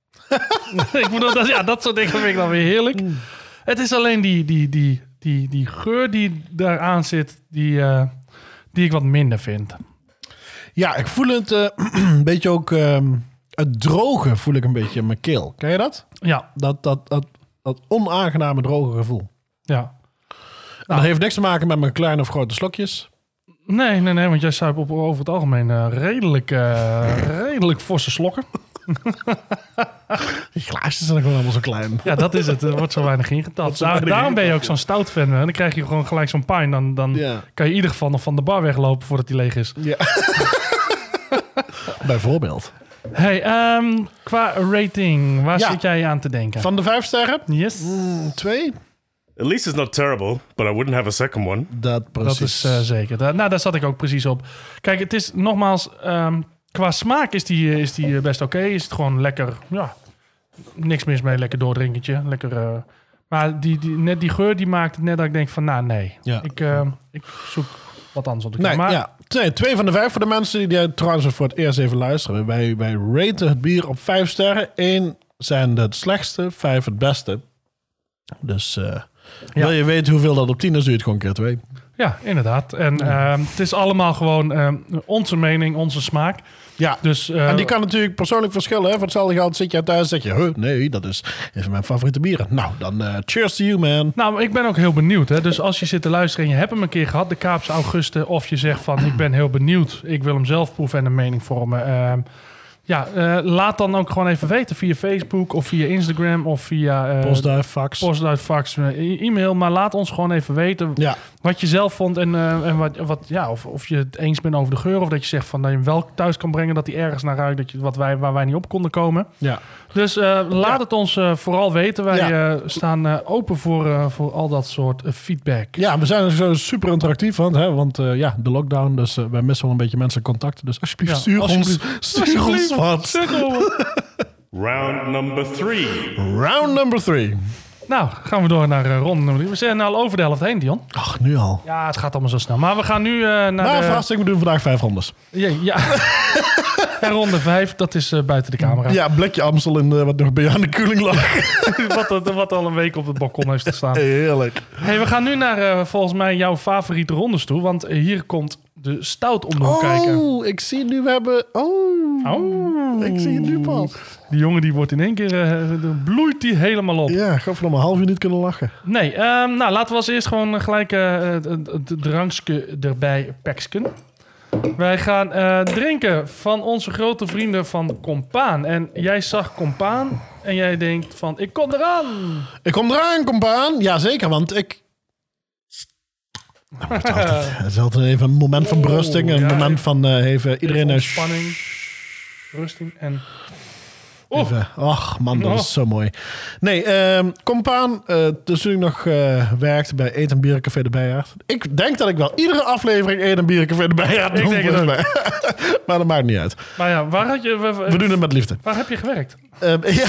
ik bedoel, dat, ja, dat soort dingen vind ik dan weer heerlijk. Mm. Het is alleen die, die, die, die, die geur die daaraan zit, die, uh, die ik wat minder vind. Ja, ik voel het uh, een beetje ook... Um, het droge voel ik een beetje in mijn keel. Ken je dat? Ja. Dat, dat, dat, dat onaangename droge gevoel. Ja. En dat heeft niks te maken met mijn kleine of grote slokjes. Nee, nee, nee, want jij zuipt op, over het algemeen uh, redelijk, uh, redelijk forse slokken. Die glaasjes zijn gewoon allemaal zo klein. Ja, dat is het. Er wordt zo weinig ingetapt. zo Daar, weinig daarom ben je ook ingetapt, zo'n stout fan. En dan krijg je gewoon gelijk zo'n pijn. Dan, dan Ja. kan je in ieder geval nog van de bar weglopen voordat die leeg is. Ja. Bijvoorbeeld. Hey, um, qua rating, waar Ja. zit jij aan te denken? Van de vijf sterren? Yes. Mm, twee? At least it's not terrible, but I wouldn't have a second one. Dat precies. Dat is uh, zeker. Daar, nou, daar zat ik ook precies op. Kijk, het is nogmaals... Um, qua smaak is die, is die best oké. Okay. Is het gewoon lekker... Ja, niks mis mee. Lekker doordrinketje. Lekker... Uh, maar die, die, net die geur die maakt het net dat ik denk van... Nou, nee. Ja. Ik, uh, ik zoek wat anders op de Nee, maar, ja. Twee, twee van de vijf voor de mensen die, die trouwens voor het eerst even luisteren. Wij, wij raten het bier op vijf sterren. Eén zijn het slechtste, vijf het beste. Dus uh, ja. wil je weten hoeveel dat op tien is, doe je het gewoon keer twee. Ja, inderdaad. En ja. Uh, het is allemaal gewoon uh, onze mening, onze smaak. Ja, dus, uh, en die kan natuurlijk persoonlijk verschillen. Hè? Voor hetzelfde geld zit je thuis en zeg je... Huh, nee, dat is een van mijn favoriete bieren. Nou, dan uh, cheers to you, man. Nou, ik ben ook heel benieuwd. Hè? Dus als je zit te luisteren en je hebt hem een keer gehad... de Kaapse Auguste, of je zegt van... ik ben heel benieuwd, ik wil hem zelf proeven en een mening vormen... Uh, Ja, uh, laat dan ook gewoon even weten via Facebook of via Instagram of via... Uh, Postduif, fax. Postduif, fax, uh, e-mail. Maar laat ons gewoon even weten ja. wat je zelf vond. En, uh, en wat, wat, ja, of, of je het eens bent over de geur. Of dat je zegt van dat je hem wel thuis kan brengen. Dat hij ergens naar ruikt. Dat je, wat wij, waar wij niet op konden komen. Ja. Dus uh, laat ja. het ons uh, vooral weten. Wij ja. uh, staan uh, open voor, uh, voor al dat soort uh, feedback. Ja, we zijn zo super interactief. Want, hè, want uh, ja, de lockdown. Dus uh, wij missen wel een beetje mensen contact. Dus alsjeblieft, ja, stuur alsjeblieft. ons, stuur ons wat. Round number three. Round number three. Nou, gaan we door naar uh, ronde nummer drie. We zijn al over de helft heen, Dion. Ach, nu al. Ja, het gaat allemaal zo snel. Maar we gaan nu uh, naar nou, de... verrassing, we doen vandaag vijf rondes. Ja, ja. En ronde vijf, dat is uh, buiten de camera. Ja, blikje Amstel in uh, wat nog bij jou aan de koeling lag. wat, wat al een week op het balkon heeft gestaan. Heerlijk. Hey, we gaan nu naar uh, volgens mij jouw favoriete rondes toe. Want uh, hier komt de stout om de hoek oh, kijken. Oh, ik zie nu, we hebben... Oh, oh. ik zie het nu pas. Die jongen die wordt in één keer... Uh, bloeit die helemaal op. Ja, ik had nog een half uur niet kunnen lachen. Nee, um, nou laten we als eerst gewoon gelijk uh, het drankje erbij peksken. Wij gaan uh, drinken van onze grote vrienden van Compaan. En jij zag Compaan en jij denkt van, ik kom eraan. Ik kom eraan, compaan. Jazeker, want ik... Nou, het, is altijd, het is altijd even een moment van berusting. Een ja, moment van uh, even iedereen... Even Uh, spanning, rusting en... Even, ach man, dat Oh. is zo mooi. Nee, um, Compaan, uh, dus toen ik nog uh, werkte bij Eet en Bierencafé de Bijaard. Ik denk dat ik wel iedere aflevering Eet en Bierencafé de Bijaard Ik doe, denk het volgens mij. Maar dat maakt niet uit. Maar ja, waar had je... We doen het met liefde. Waar heb je gewerkt? Um, ja.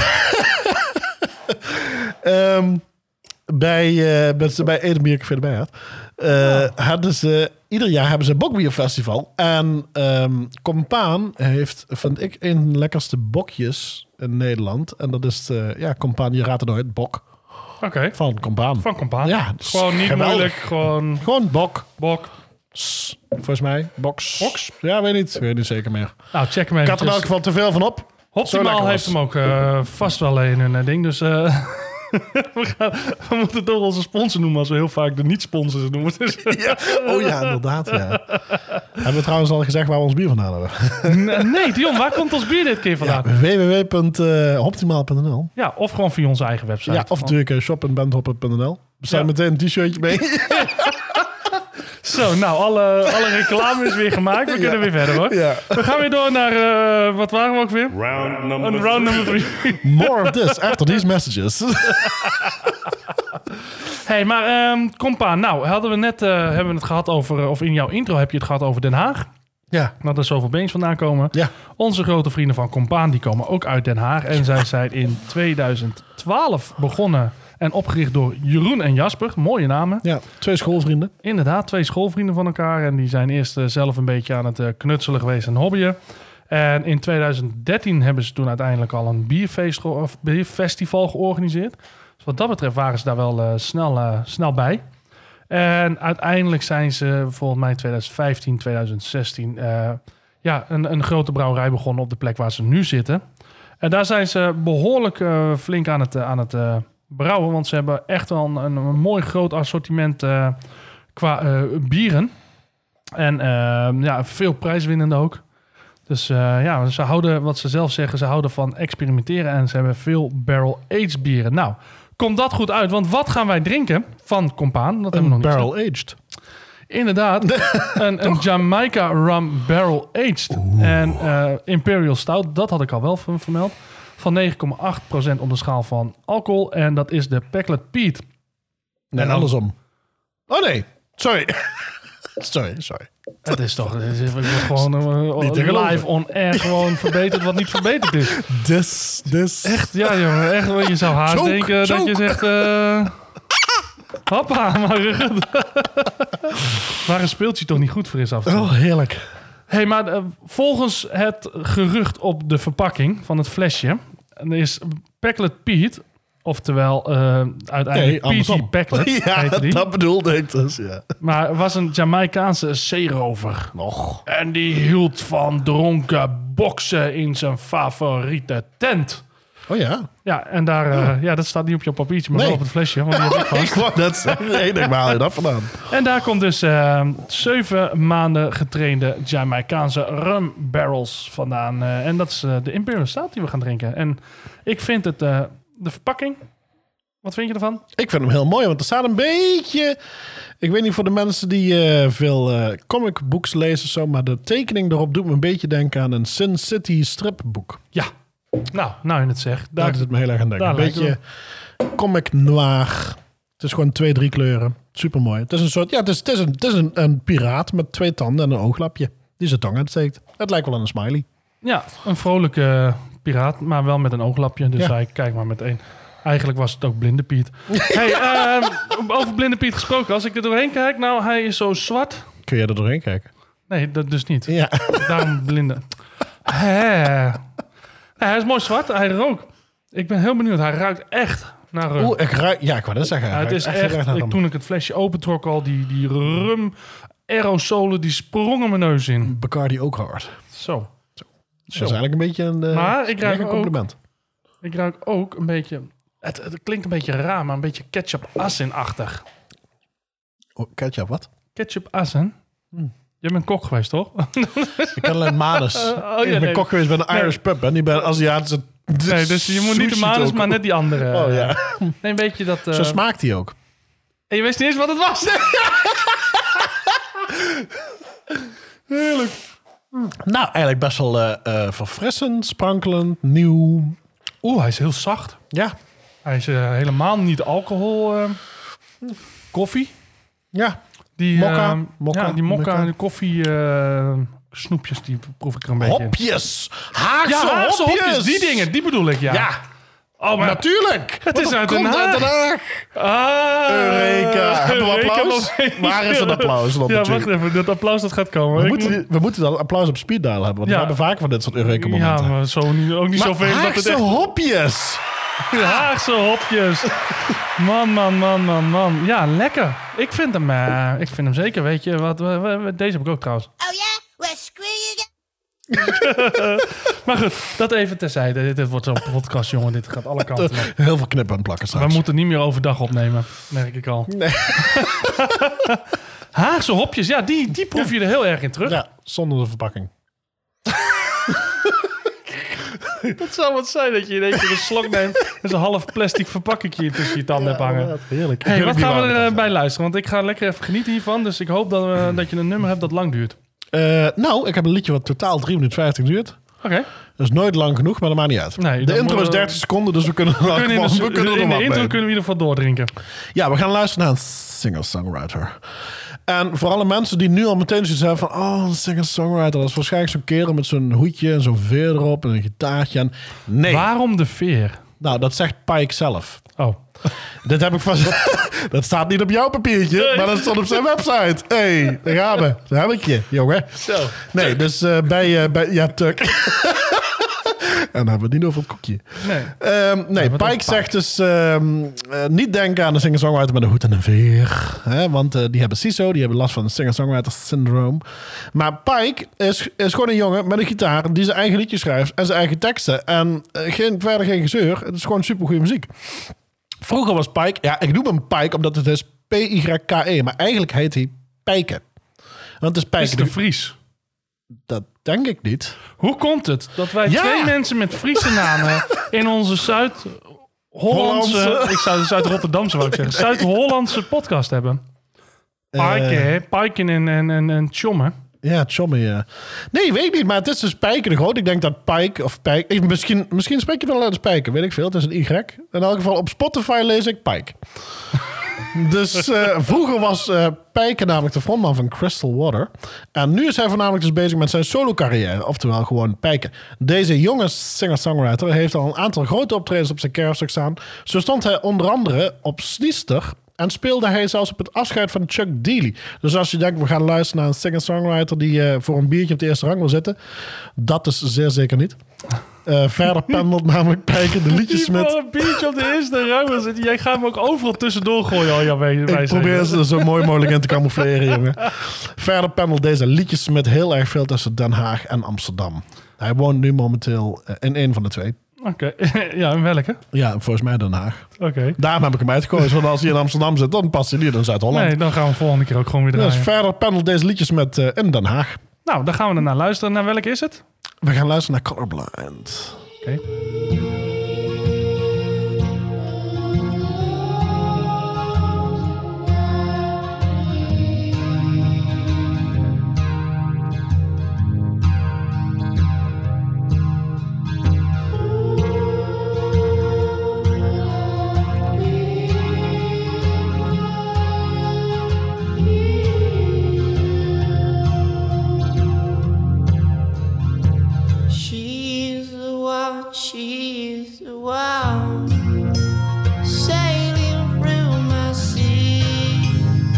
um, bij, uh, bij, bij Eet en Bierencafé de Bijaard. Uh, oh. hadden ze, ieder jaar hebben ze een bokbierfestival. En um, Compaan heeft, vind ik, een van de lekkerste bokjes in Nederland. En dat is, de, ja, Compaan, je raadt het nooit, bok. Oké. Okay. Van Compaan. Van Compaan. Ja, gewoon niet geweldig. Moeilijk, gewoon... Gewoon bok. Bok. S, volgens mij, box. Box? Ja, weet niet. Weet niet zeker meer. Nou, check hem even. Ik had er in elk geval te veel van op. Optimaal heeft hem ook uh, vast wel in een ding, dus... Uh... we, gaan, we moeten toch onze sponsor noemen als we heel vaak de niet-sponsors noemen. Dus. Ja. Oh ja, inderdaad. Ja. Hebben we trouwens al gezegd waar we ons bier vandaan hebben? Nee, Dion, waar komt ons bier dit keer vandaan? Ja, w w w punt optimaal punt n l. Ja, of gewoon via onze eigen website. Ja, of natuurlijk shop punt bandhopper punt n l. We staan ja. meteen een t-shirtje mee. Zo, nou, alle, alle reclame is weer gemaakt. We kunnen ja. weer verder, hoor. Ja. We gaan weer door naar... Uh, wat waren we ook weer? Round number Een round number three. More of this after these messages. Hey, maar um, Compaan, nou, hadden we net uh, hebben we het gehad over... of in jouw intro heb je het gehad over Den Haag. Ja. Dat er zoveel beens vandaan komen. Ja. Onze grote vrienden van Compaan, die komen ook uit Den Haag. En zij zijn in tweeduizend twaalf begonnen... en opgericht door Jeroen en Jasper. Mooie namen. Ja, twee schoolvrienden. Inderdaad, twee schoolvrienden van elkaar. En die zijn eerst uh, zelf een beetje aan het uh, knutselen geweest en hobbyen. En in tweeduizend dertien hebben ze toen uiteindelijk al een bierfeest of bierfestival georganiseerd. Dus wat dat betreft waren ze daar wel uh, snel, uh, snel bij. En uiteindelijk zijn ze volgens mij tweeduizend vijftien, tweeduizend zestien... Uh, ja, een, een grote brouwerij begonnen op de plek waar ze nu zitten. En daar zijn ze behoorlijk uh, flink aan het... Uh, aan het uh, brouwen, want ze hebben echt wel een, een, een mooi groot assortiment uh, qua uh, bieren. En uh, ja, veel prijswinnende ook. Dus uh, ja, ze houden, wat ze zelf zeggen, ze houden van experimenteren en ze hebben veel barrel-aged bieren. Nou, komt dat goed uit, want wat gaan wij drinken van Compaan? Dat hebben we nog niet barrel-aged. Inderdaad, een, een Jamaica Rum Barrel-aged. En uh, Imperial Stout, dat had ik al wel vermeld. Van negen komma acht procent op de schaal van alcohol. En dat is de Packlet Peat. Nee, en andersom. Oh nee, sorry. sorry, sorry. Het is toch... Het is, het wordt gewoon uh, live on air gewoon verbeterd wat niet verbeterd is. Dus, dus. Echt, ja jongen. Echt, je zou haast choke, denken choke. dat je zegt... Uh, hoppa, maar... Waar een speeltje toch niet goed voor is af en toe. Oh, heerlijk. Hey, maar uh, volgens het gerucht op de verpakking van het flesje... is Packlet Peat, oftewel uh, uiteindelijk nee, P T Packlet, ja, heette die. Dat bedoelde ik dus, ja. Maar was een Jamaicaanse zeerover. Nog. En die hield van dronken boksen in zijn favoriete tent. Oh ja? Ja, en daar, uh, ja, dat staat niet op je papiertje, maar nee. wel op het flesje, want die heb ik vast. Ik wou net zeggen, nee, denk, waar haal je dat vandaan? En daar komt dus uh, zeven maanden getrainde Jamaicaanse rum barrels vandaan. Uh, en dat is uh, de Imperial Stout die we gaan drinken. En ik vind het, uh, de verpakking, wat vind je ervan? Ik vind hem heel mooi, want er staat een beetje... Ik weet niet voor de mensen die uh, veel uh, comicbooks lezen of zo, maar de tekening erop doet me een beetje denken aan een Sin City stripboek. Ja. Nou, nou je het zegt. Daar, daar is het me heel erg aan denken. Een beetje comic noir. Het is gewoon twee, drie kleuren. Supermooi. Het is een soort... Ja, het is, het is, een, het is een, een piraat met twee tanden en een ooglapje. Die zijn tong uitsteekt. Het lijkt wel aan een smiley. Ja, een vrolijke piraat, maar wel met een ooglapje. Dus ja. hij kijkt maar meteen. Eigenlijk was het ook Blinde Piet. Hey, uh, over Blinde Piet gesproken. Als ik er doorheen kijk, nou, hij is zo zwart. Kun jij er doorheen kijken? Nee, dat dus niet. Ja. Daarom blinde. Hè. Ja, hij is mooi zwart, hij rookt. Ik ben heel benieuwd, hij ruikt echt naar rum. Oeh, ik ruik... Ja, ik wou dat zeggen. Ja, het is echt, echt ik, toen ik het flesje opentrok al, die, die rum aerosolen, die sprongen mijn neus in. Bacardi ook hard. Zo. Zo. Dat is eigenlijk een beetje een, uh, maar ik ruik een compliment. Ook, ik ruik ook een beetje... Het, het klinkt een beetje raar, maar een beetje ketchup-assen-achtig. Oh, ketchup, wat? Ketchup-assen? Hmm. Je bent kok geweest, toch? Ik kan alleen Manus. Uh, oh, ja, ik ben nee. kok geweest bij een Irish nee. pub en niet bij een Aziatische... Nee, dus je moet niet de Manus, maar net die andere. Oh ja. Nee, weet je dat... Uh... Zo smaakt hij ook. En je wist niet eens wat het was. Heerlijk. Nou, eigenlijk best wel uh, uh, verfrissend, sprankelend, nieuw. Oeh, hij is heel zacht. Ja, Hij is uh, helemaal niet alcohol. Uh, koffie. ja. Die, Mokka, uh, mokka, ja, die mokka mokka. en koffie uh, snoepjes, die proef ik er een beetje in. Hopjes! Haagse Ja, Haagse hopjes! hopjes. Die dingen, die bedoel ik, ja. Ja, Oh, maar natuurlijk! Het Want is dat uit Den komt Haag. uit Den Haag. Ah, Eureka. Hebben we Eureka applaus? nog eens. Waar is een applaus dan Ja, natuurlijk? wacht even. Dat applaus dat gaat komen. We Ik moeten, moet- die- we moeten dan applaus op speed dial hebben. Want Ja. we hebben vaak van dit soort Eureka-momenten. Ja, maar zo niet, ook niet maar zoveel. Dat het Haagse echt hopjes! Haagse hopjes. Man, man, man, man, man. Ja, lekker. Ik vind hem, uh, ik vind hem zeker. Weet je wat? we- we- we- Deze heb ik ook trouwens. Oh yeah? Well, screw you guys. Maar goed, dat even terzijde. Dit, dit wordt zo'n podcast, jongen. Dit gaat alle kanten op. Heel veel knippen en plakken We straks. moeten niet meer overdag opnemen, merk ik al. Nee. Haagse hopjes, ja, die, die proef je er heel erg in terug. Ja, zonder de verpakking. Dat zou wat zijn dat je in één keer een slok neemt en zo'n half plastic verpakkingje tussen je tanden hebt hangen. Heerlijk. Hey, Ik weet wat ook niet gaan we waar het erbij luisteren? Want ik ga lekker even genieten hiervan. Dus ik hoop dat, we, dat je een nummer hebt dat lang duurt. Uh, nou, ik heb een liedje wat totaal drie minuten vijftig duurt. Oké. Dat is nooit lang genoeg, maar dat maakt niet uit. Nee, de dan intro is moeten we- dertig seconden, dus we kunnen, We kunnen in de, we kunnen er in de wat intro mee. kunnen we in ieder geval doordrinken. Ja, we gaan luisteren naar een singer-songwriter. En voor alle mensen die nu al meteen zoiets hebben van... oh, een singer-songwriter, dat is waarschijnlijk zo'n kerel met zo'n hoedje en zo'n veer erop en een gitaartje. En nee, Waarom de veer? nou, dat zegt Pike zelf. Oh. Dit heb ik van... dat staat niet op jouw papiertje, Nee. maar dat staat op zijn website. Hé, hey, daar gaan we. Daar heb ik je, jongen. Zo. Nee, dus uh, bij, uh, bij... Ja, Tuk. En dan hebben we het niet over het koekje. Nee. Um, nee, wat Pike over zegt dus... Um, uh, niet denken aan de singer-songwriter met een hoed en een veer. Hè? Want uh, die hebben C I S O, die hebben last van een singer-songwriter syndroom. Maar Pike is, is gewoon een jongen met een gitaar... die zijn eigen liedjes schrijft en zijn eigen teksten. En uh, geen, verder geen gezeur. Het is gewoon supergoeie muziek. Vroeger was Pike... Ja, ik noem hem Pike omdat het is P Y K E. Maar eigenlijk heet hij Pijke. Want het is Pijke. Is het een Fries? Dat denk ik niet. Hoe komt het dat wij Ja. twee mensen met Friese namen in onze Zuid-Hollandse... Hollandse. Ik zou Zuid-Rotterdamse wou ik zeggen. Zuid-Hollandse podcast hebben. Pike, Uh, hè? Pike en, en, en, en Tjomme. Ja, Tjomme, ja. Nee, weet ik niet, maar het is dus Pijke de Groot. Ik denk dat Pike of Pike... ik- Misschien, misschien spreek je wel uit als Pijke, weet ik veel. Het is een Y. In elk geval, op Spotify lees ik Pike. Dus uh, vroeger was uh, Pijke namelijk de frontman van Crystal Water. En nu is hij voornamelijk dus bezig met zijn solo-carrière. Oftewel gewoon Pijke. Deze jonge singer-songwriter heeft al een aantal grote optredens op zijn kerfstuk staan. Zo stond hij onder andere op Sniester... en speelde hij zelfs op het afscheid van Chuck Dealey. Dus als je denkt, we gaan luisteren naar een singer-songwriter... die uh, voor een biertje op de eerste rang wil zitten... dat is zeer zeker niet. Uh, verder pendelt namelijk Pijke de liedjes Die met... voor een biertje op de eerste ruimte zitten. Jij gaat me ook overal tussendoor gooien. Al, ja, wij, wij Ik probeer ze er zo mooi mogelijk in te camoufleren, jongen. Verder pendelt deze liedjes met heel erg veel tussen Den Haag en Amsterdam. Hij woont nu momenteel uh, in een van de twee. Oké, ja, en welke? Ja, volgens mij Den Haag. Oké. Daarom heb ik hem uitgekozen, want als hij in Amsterdam zit, dan past hij niet in Zuid-Holland. Nee, dan gaan we volgende keer ook gewoon weer draaien. Dus verder pendelt deze liedjes met uh, in Den Haag. Nou, dan gaan we er naar luisteren. Naar welke is het? We gaan luisteren naar Colorblind. Oké. She's the one, she's the one, sailing through my sea,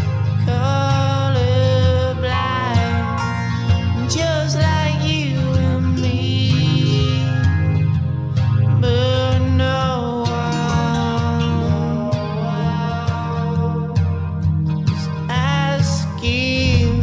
colorblind, just like you and me, but no one is asking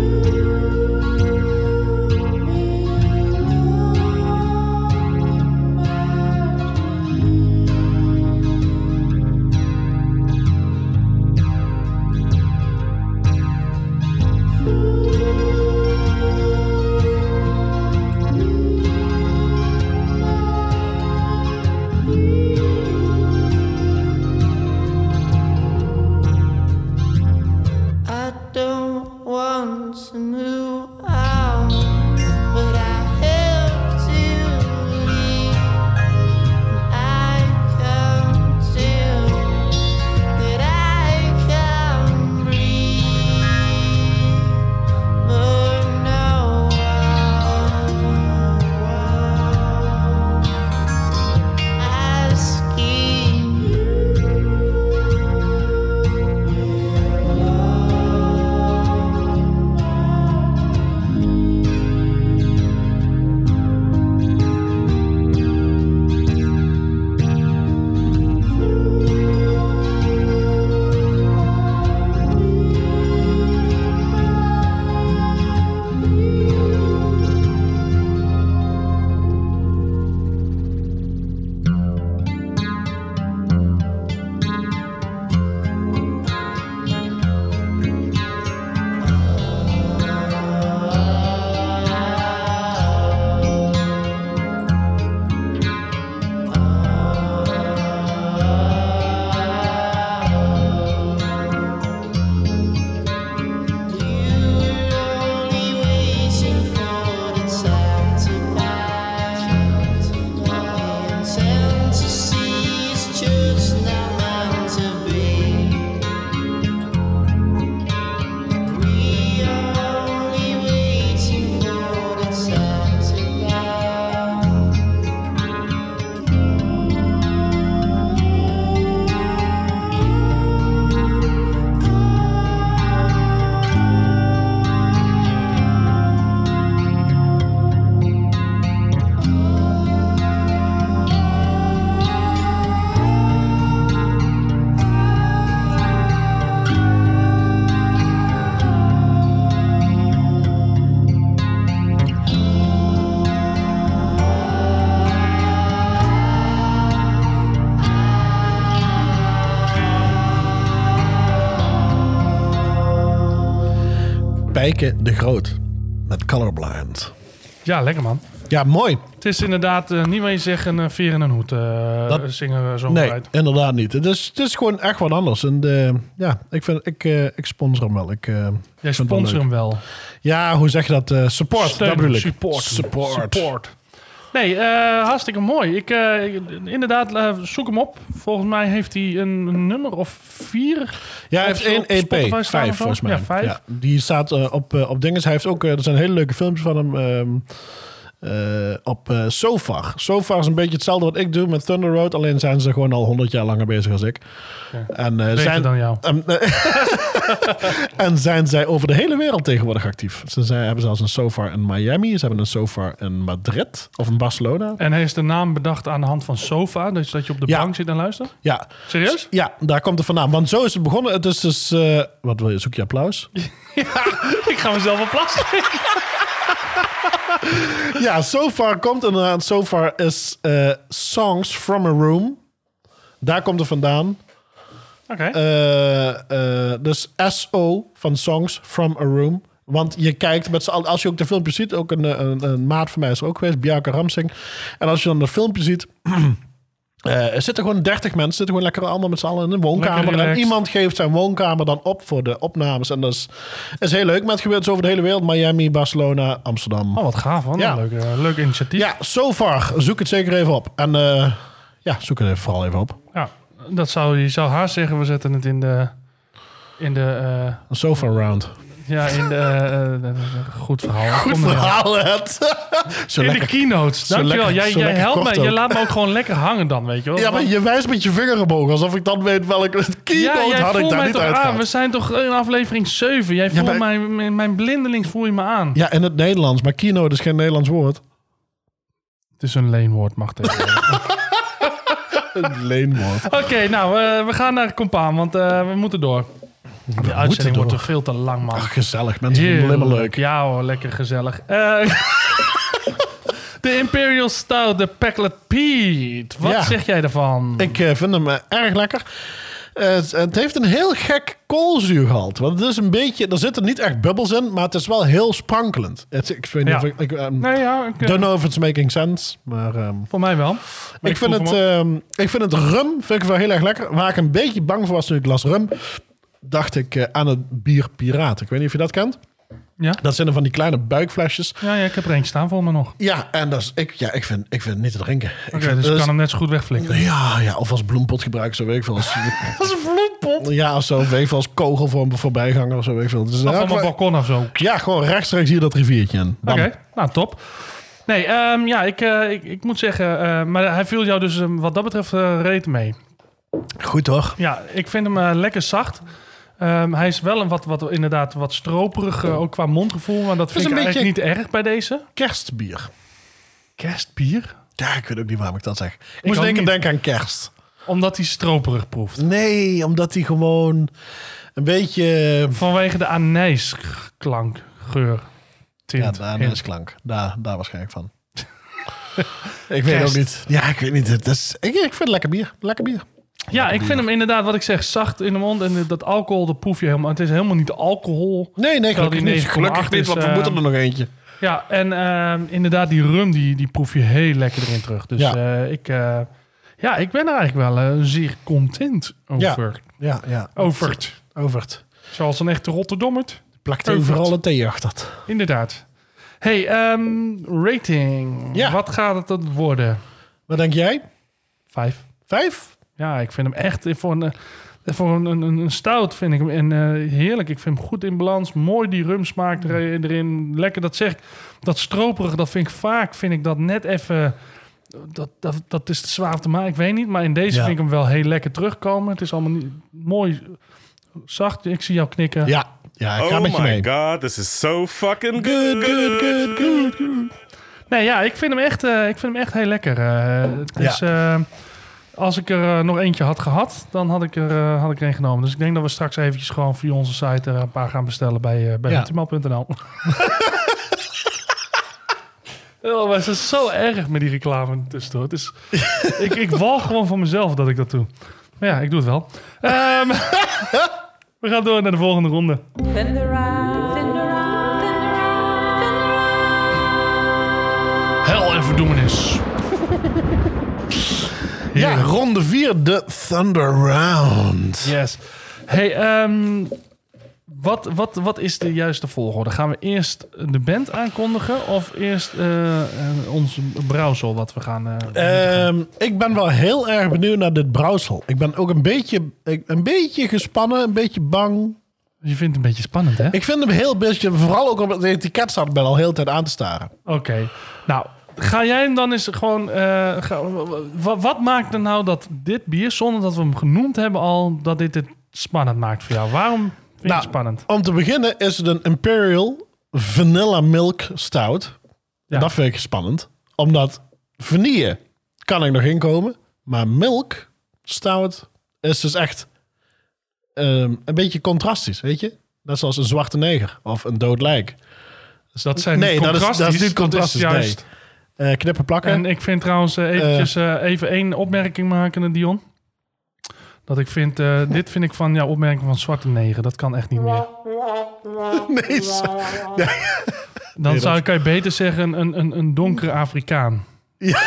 I don't want to move out, but I have to leave. And Pijke de Groot. Met Colorblind. Ja, lekker man. Ja, mooi. Het is inderdaad uh, niet wat je zegt een uh, veer in een hoed uh, Dat- zingen zo Nee, uit. inderdaad niet. Het is, het is gewoon echt wat anders. En de, ja, ik, vind, ik, uh, ik sponsor hem wel. Ik, uh, Jij vind het wel sponsor leuk. hem wel. Ja, hoe zeg je dat? Uh, support, Steun, dat bedoel ik. Support. Support. Support. Nee, uh, hartstikke mooi. Ik, uh, ik- inderdaad, uh, zoek hem op. Volgens mij heeft hij een nummer of vier. Ja, hij heeft Of één op E Spotify P. staan Vijf, of zo? volgens mij. Ja, vijf. Ja, die staat uh, op, uh, op dinges. Hij heeft ook, uh, er zijn hele leuke filmpjes van hem um, uh, op uh, Sofar. Sofar is een beetje hetzelfde wat ik doe met Thunder Road. Alleen zijn ze gewoon al honderd jaar langer bezig als ik. Ja. En, uh, Beter zijn, dan jou. um, en zijn zij over de hele wereld tegenwoordig actief. Ze zijn, hebben zelfs een Sofar in Miami. Ze hebben een Sofar in Madrid of in Barcelona. En hij is de naam bedacht aan de hand van sofa. Dus dat je op de Ja. bank zit en luistert. Ja, Serieus? ja, daar komt het vandaan. Want zo is het begonnen. Het is dus... Uh, wat wil je? Zoek je applaus? Ik ga mezelf op plassen. Ja, Sofar komt inderdaad. Sofar is uh, Songs from a Room. Daar komt het vandaan. Oké. Uh, uh, dus S O van Songs from a Room. Want je kijkt met z'n allen, als je ook de filmpjes ziet, ook een, een, een maat van mij is er ook geweest, Bjarke Ramsing. En als je dan dat filmpje ziet, uh, er zitten gewoon dertig mensen, zitten gewoon lekker allemaal met z'n allen in een woonkamer. Lekker En relaxed. iemand geeft zijn woonkamer dan op voor de opnames. En dat is, is heel leuk, maar het gebeurt dus over de hele wereld. Miami, Barcelona, Amsterdam. Oh, wat gaaf man. Ja. Leuk, uh, leuk initiatief. Ja, Sofar. Zoek het zeker even op. En uh, ja, zoek het even, vooral even op. Ja, dat zou, je zou haast zeggen, we zetten het in de... In de uh, Een Sofar round. ja, in de... Uh, uh, goed verhaal. Goed Kom er wel. verhaal, het. Zo In lekker. de keynotes. zo Dankjewel. lekker- Jij, zo jij lekker helpt kort me. Je ook. laat me ook gewoon lekker hangen dan, weet je wel. Ja, maar je wijst met je vinger omhoog. Alsof ik dan weet welke keynote ja, jij had ik voelt daar mij niet toch uit aan. gehad. We zijn toch in aflevering zeven. Jij voelt maar- mij, mijn, mijn blindelings voel je me aan. Ja, in het Nederlands. Maar keynote is geen Nederlands woord. Het is een leenwoord, mag tegenwoordig. Een leenwoord. Oké, nou, uh, we gaan naar Compaan, want uh, we moeten door. De uitzending wordt toch veel te lang, man. Ach, gezellig. Mensen vinden het helemaal leuk. Ja hoor, lekker gezellig. Uh, de Imperial Stout, de Packlet Pete. Wat Ja. zeg jij ervan? Ik uh, vind hem uh, erg lekker. Uh, het, het heeft een heel gek koolzuurgehalte. Want het is een beetje... Er zitten niet echt bubbels in, maar het is wel heel sprankelend. Het, ik weet niet Ja. of ik... ik um, nee, ja, ik, uh, don't know if it's making sense. Maar... Um, voor mij wel. Maar ik, vind proef het, hem ook. um, ik vind het rum vind ik wel heel erg lekker. Waar ik een beetje bang voor was toen ik las rum... dacht ik uh, aan het bier Piraat. Ik weet niet of je dat kent. Ja? Dat zijn er van die kleine buikflesjes. Ja, ja, ik heb er eentje staan voor me nog. Ja, en dat is, ik, ja, ik, vind, ik vind het niet te drinken. Ik Oké, vind- dus dat ik is- kan hem net zo goed wegflikken. Ja, ja, of als bloempot gebruiken, zo weet ik veel. Als, Dat is een vloedpot. ja, of zo, weet ik veel, als kogel voor een voorbijganger of zo, weet ik veel. Dus, Of ja, van mijn balkon of zo. Oké, ja, gewoon rechtstreeks hier dat riviertje in. Bam. nou top. Nee, um, ja, ik, uh, ik, ik moet zeggen, uh, maar hij viel jou dus um, wat dat betreft uh, reet mee. Goed hoor. Ja, ik vind hem uh, lekker zacht. Um, hij is wel een wat, wat, inderdaad wat stroperig, uh, ook qua mondgevoel. Maar dat vind is ik een eigenlijk beetje- niet erg bij deze. Kerstbier. Kerstbier? Ja, ik weet ook niet waarom ik dat zeg. Ik, Ik moest ook denken, niet. denken aan kerst. Omdat hij stroperig proeft. Nee, omdat hij gewoon een beetje... Vanwege de anijsklank, geur, tint. Ja, daar hint. is klank. Daar, daar waarschijnlijk van. ik weet Kerst. ook niet. Ja, ik weet niet. Het is, ik, ik vind het lekker bier. Lekker bier. Ja, ik vind hem inderdaad, wat ik zeg, zacht in de mond. En dat alcohol, dat proef je helemaal. Het is helemaal niet alcohol. Nee, nee, gelukkig die niet. negen komma Gelukkig acht niet, is, want we eh, moeten er nog eentje. Ja, en ehm, inderdaad, die rum, die, die proef je heel lekker erin terug. Dus Ja. eh, ik, eh, ja, ik ben er eigenlijk wel eh, zeer content over. Ja, ja. Over het. Over het. Zoals een echte Rotterdammert. Plakt Over overal het. een thee achter het. Inderdaad. Hey, ehm, rating. Ja. Wat gaat het worden? Wat denk jij? Vijf. Vijf? Ja, ik vind hem echt voor een, eh, voor een, een, een stout vind ik hem en, eh, heerlijk. Ik vind hem goed in balans. Mooi die rumsmaak er, erin. Lekker, dat zeg ik. Dat stroperig, dat vind ik vaak vind ik dat net even... Dat, dat, dat is te zwaar om te maken, ik weet niet. Maar in deze Ja. vind ik hem wel heel lekker terugkomen. Het is allemaal niet, mooi zacht. Ik zie jou knikken. Ja. Ja, ik ga Oh met je my mee. god, this is so fucking Good, good, good, good, good. Nee, ja, ik vind hem echt, eh, ik vind hem echt heel lekker. Eh, het Ja. is, eh, als ik er eh, nog eentje had gehad, dan had ik er, eh, had ik er een genomen. Dus ik denk dat we straks eventjes gewoon via onze site er een paar gaan bestellen bij, uh, bij Ja. Hentimal punt n l. Oh, maar het is zo erg met die reclame tussendoor. Het is, ik, ik walg gewoon van mezelf dat ik dat doe. Maar ja, ik doe het wel. Ehm, we gaan door naar de volgende ronde. Spin around, spin around. verdoemenis. Ja, ronde vier, de Thunder Round. Yes. Hey, um, wat, wat, wat is de juiste volgorde? Gaan we eerst de band aankondigen of eerst uh, ons brouwsel wat we gaan... Uh, um, ik ben wel heel erg benieuwd naar dit brouwsel. Ik ben ook een beetje, een beetje gespannen, een beetje bang. Je vindt het een beetje spannend, hè? Ik vind hem heel beetje, vooral ook op het etiket staat, ben al heel de tijd aan te staren. Oké. Okay. Nou, ga jij hem dan eens gewoon... Uh, ga, wat, wat maakt er nou dat dit bier, zonder dat we hem genoemd hebben al, dat dit het spannend maakt voor jou? Waarom vind je nou, het spannend? Om te beginnen is het een Imperial Vanilla Milk Stout. Ja. Dat vind ik spannend. Omdat vanille kan ik nog inkomen, maar milk stout is dus echt um, een beetje contrastisch, weet je? Net zoals een zwarte neger of een dood lijk. Dus dat zijn nee, dat is, dat is niet contrastisch. Dat is juist... nee. Uh, knippen plakken. En ik vind trouwens uh, eventjes uh, even één opmerking maken, Dion. Dat ik vind, uh, dit vind ik van jouw opmerking van zwarte neger. Dat kan echt niet meer. Nee, zo, nee. Dan nee, zou dat... ik kan je beter zeggen een, een, een donkere Afrikaan. Ja.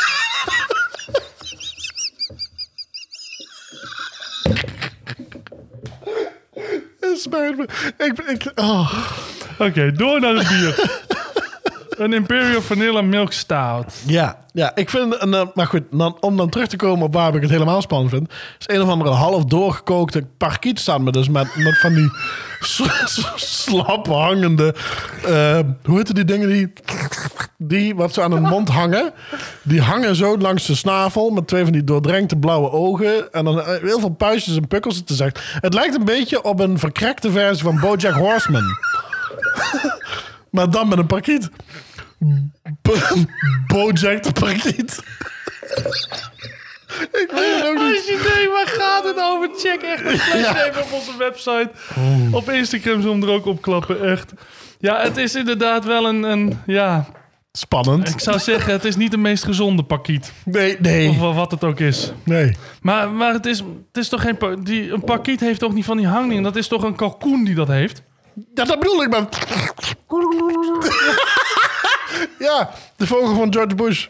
Spijt me. Ik, ik, oh. Oké, okay, door naar het bier. Een Imperial Vanilla Milk Stout. Ja, ja, ik vind... Een, uh, maar goed, dan, om dan terug te komen op waar ik het helemaal spannend vind... is een of andere half doorgekookte parkiet staan me dus met, met van die slap hangende... Uh, hoe heet die dingen die... Die wat ze aan hun mond hangen. Die hangen zo langs de snavel met twee van die doordrenkte blauwe ogen. En dan uh, heel veel puistjes en pukkels te zeggen. Het lijkt een beetje op een verkrekte versie van BoJack Horseman. Maar dan met een parkiet. Bo- BoJack de parkiet. Ik weet het ook niet. Als je denkt, waar gaat het over? Check echt een fles Ja. even op onze website. Oh. Op Instagram zullen we hem er ook op klappen, echt. Ja, het is inderdaad wel een, een... Ja, spannend. ik zou zeggen, het is niet de meest gezonde parkiet. Nee, nee. Of wat het ook is. Nee. Maar, maar het, is, het is toch geen... pa- Die, een parkiet heeft toch niet van die hangdingen? Dat is toch een kalkoen die dat heeft? Ja, dat bedoel ik, man. Ja, de vogel van George Bush.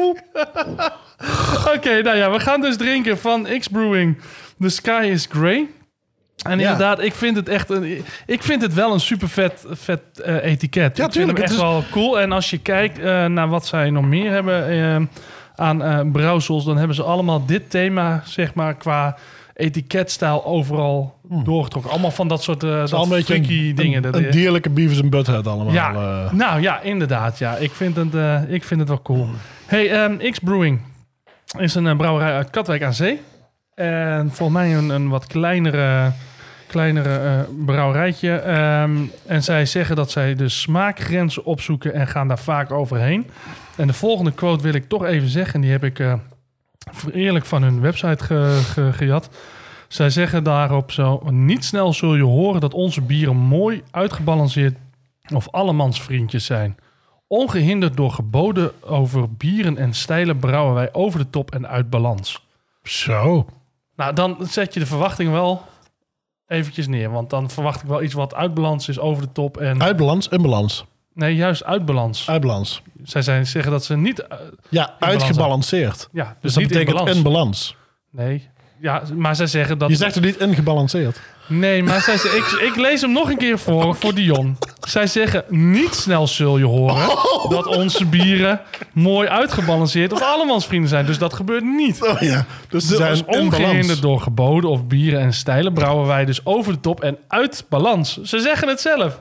Oké, okay, nou ja, we gaan dus drinken van X-Brewing. The Sky is Grey. En Ja. inderdaad, ik vind het echt een, ik vind het wel een super vet, vet uh, etiket. Ja, ik vind tuurlijk, hem echt het is- wel cool. En als je kijkt uh, naar wat zij nog meer hebben uh, aan uh, brouwsels, dan hebben ze allemaal dit thema, zeg maar, qua etiketstijl overal Hmm. doorgetrokken. Allemaal van dat soort uh, Het is al dat een beetje freaky een, dingen. een, Dat- een dierlijke Beavis en Butthead allemaal. ja, uh. nou ja, inderdaad. Ja. Ik, vind het, uh, ik vind het wel cool. Hey, um, X-Brewing is een uh, brouwerij uit Katwijk aan Zee. En volgens mij een, een wat kleinere, kleinere uh, brouwerijtje. Um, en zij zeggen dat zij de smaakgrenzen opzoeken en gaan daar vaak overheen. En de volgende quote wil ik toch even zeggen. Die heb ik uh, eerlijk van hun website ge, ge, gejat. Zij zeggen daarop zo: niet snel zul je horen dat onze bieren mooi, uitgebalanceerd of allemans vriendjes zijn. Ongehinderd door geboden over bieren en stijlen brouwen wij over de top en uit balans. Zo. Nou, dan zet je de verwachting wel eventjes neer. Want dan verwacht ik wel iets wat uit balans is, over de top en... Uit balans, in balans. Nee, juist uit balans. Uit balans. Zij zijn, zeggen dat ze niet... uh, Ja, balans uitgebalanceerd. ja, dus, Dus dat niet betekent in balans. in balans. Nee, ja, maar zij zeggen dat... Je zegt er niet ingebalanceerd. Nee, maar zij, ze- ik, ik lees hem nog een keer voor, voor Dion. Zij zeggen, niet snel zul je horen dat onze bieren mooi uitgebalanceerd of allemansvrienden zijn. Dus dat gebeurt niet. Oh ja. Dus ze Dus zijn in ongehinderd balans. door geboden of bieren en stijlen brouwen wij dus over de top en uit balans. Ze zeggen het zelf.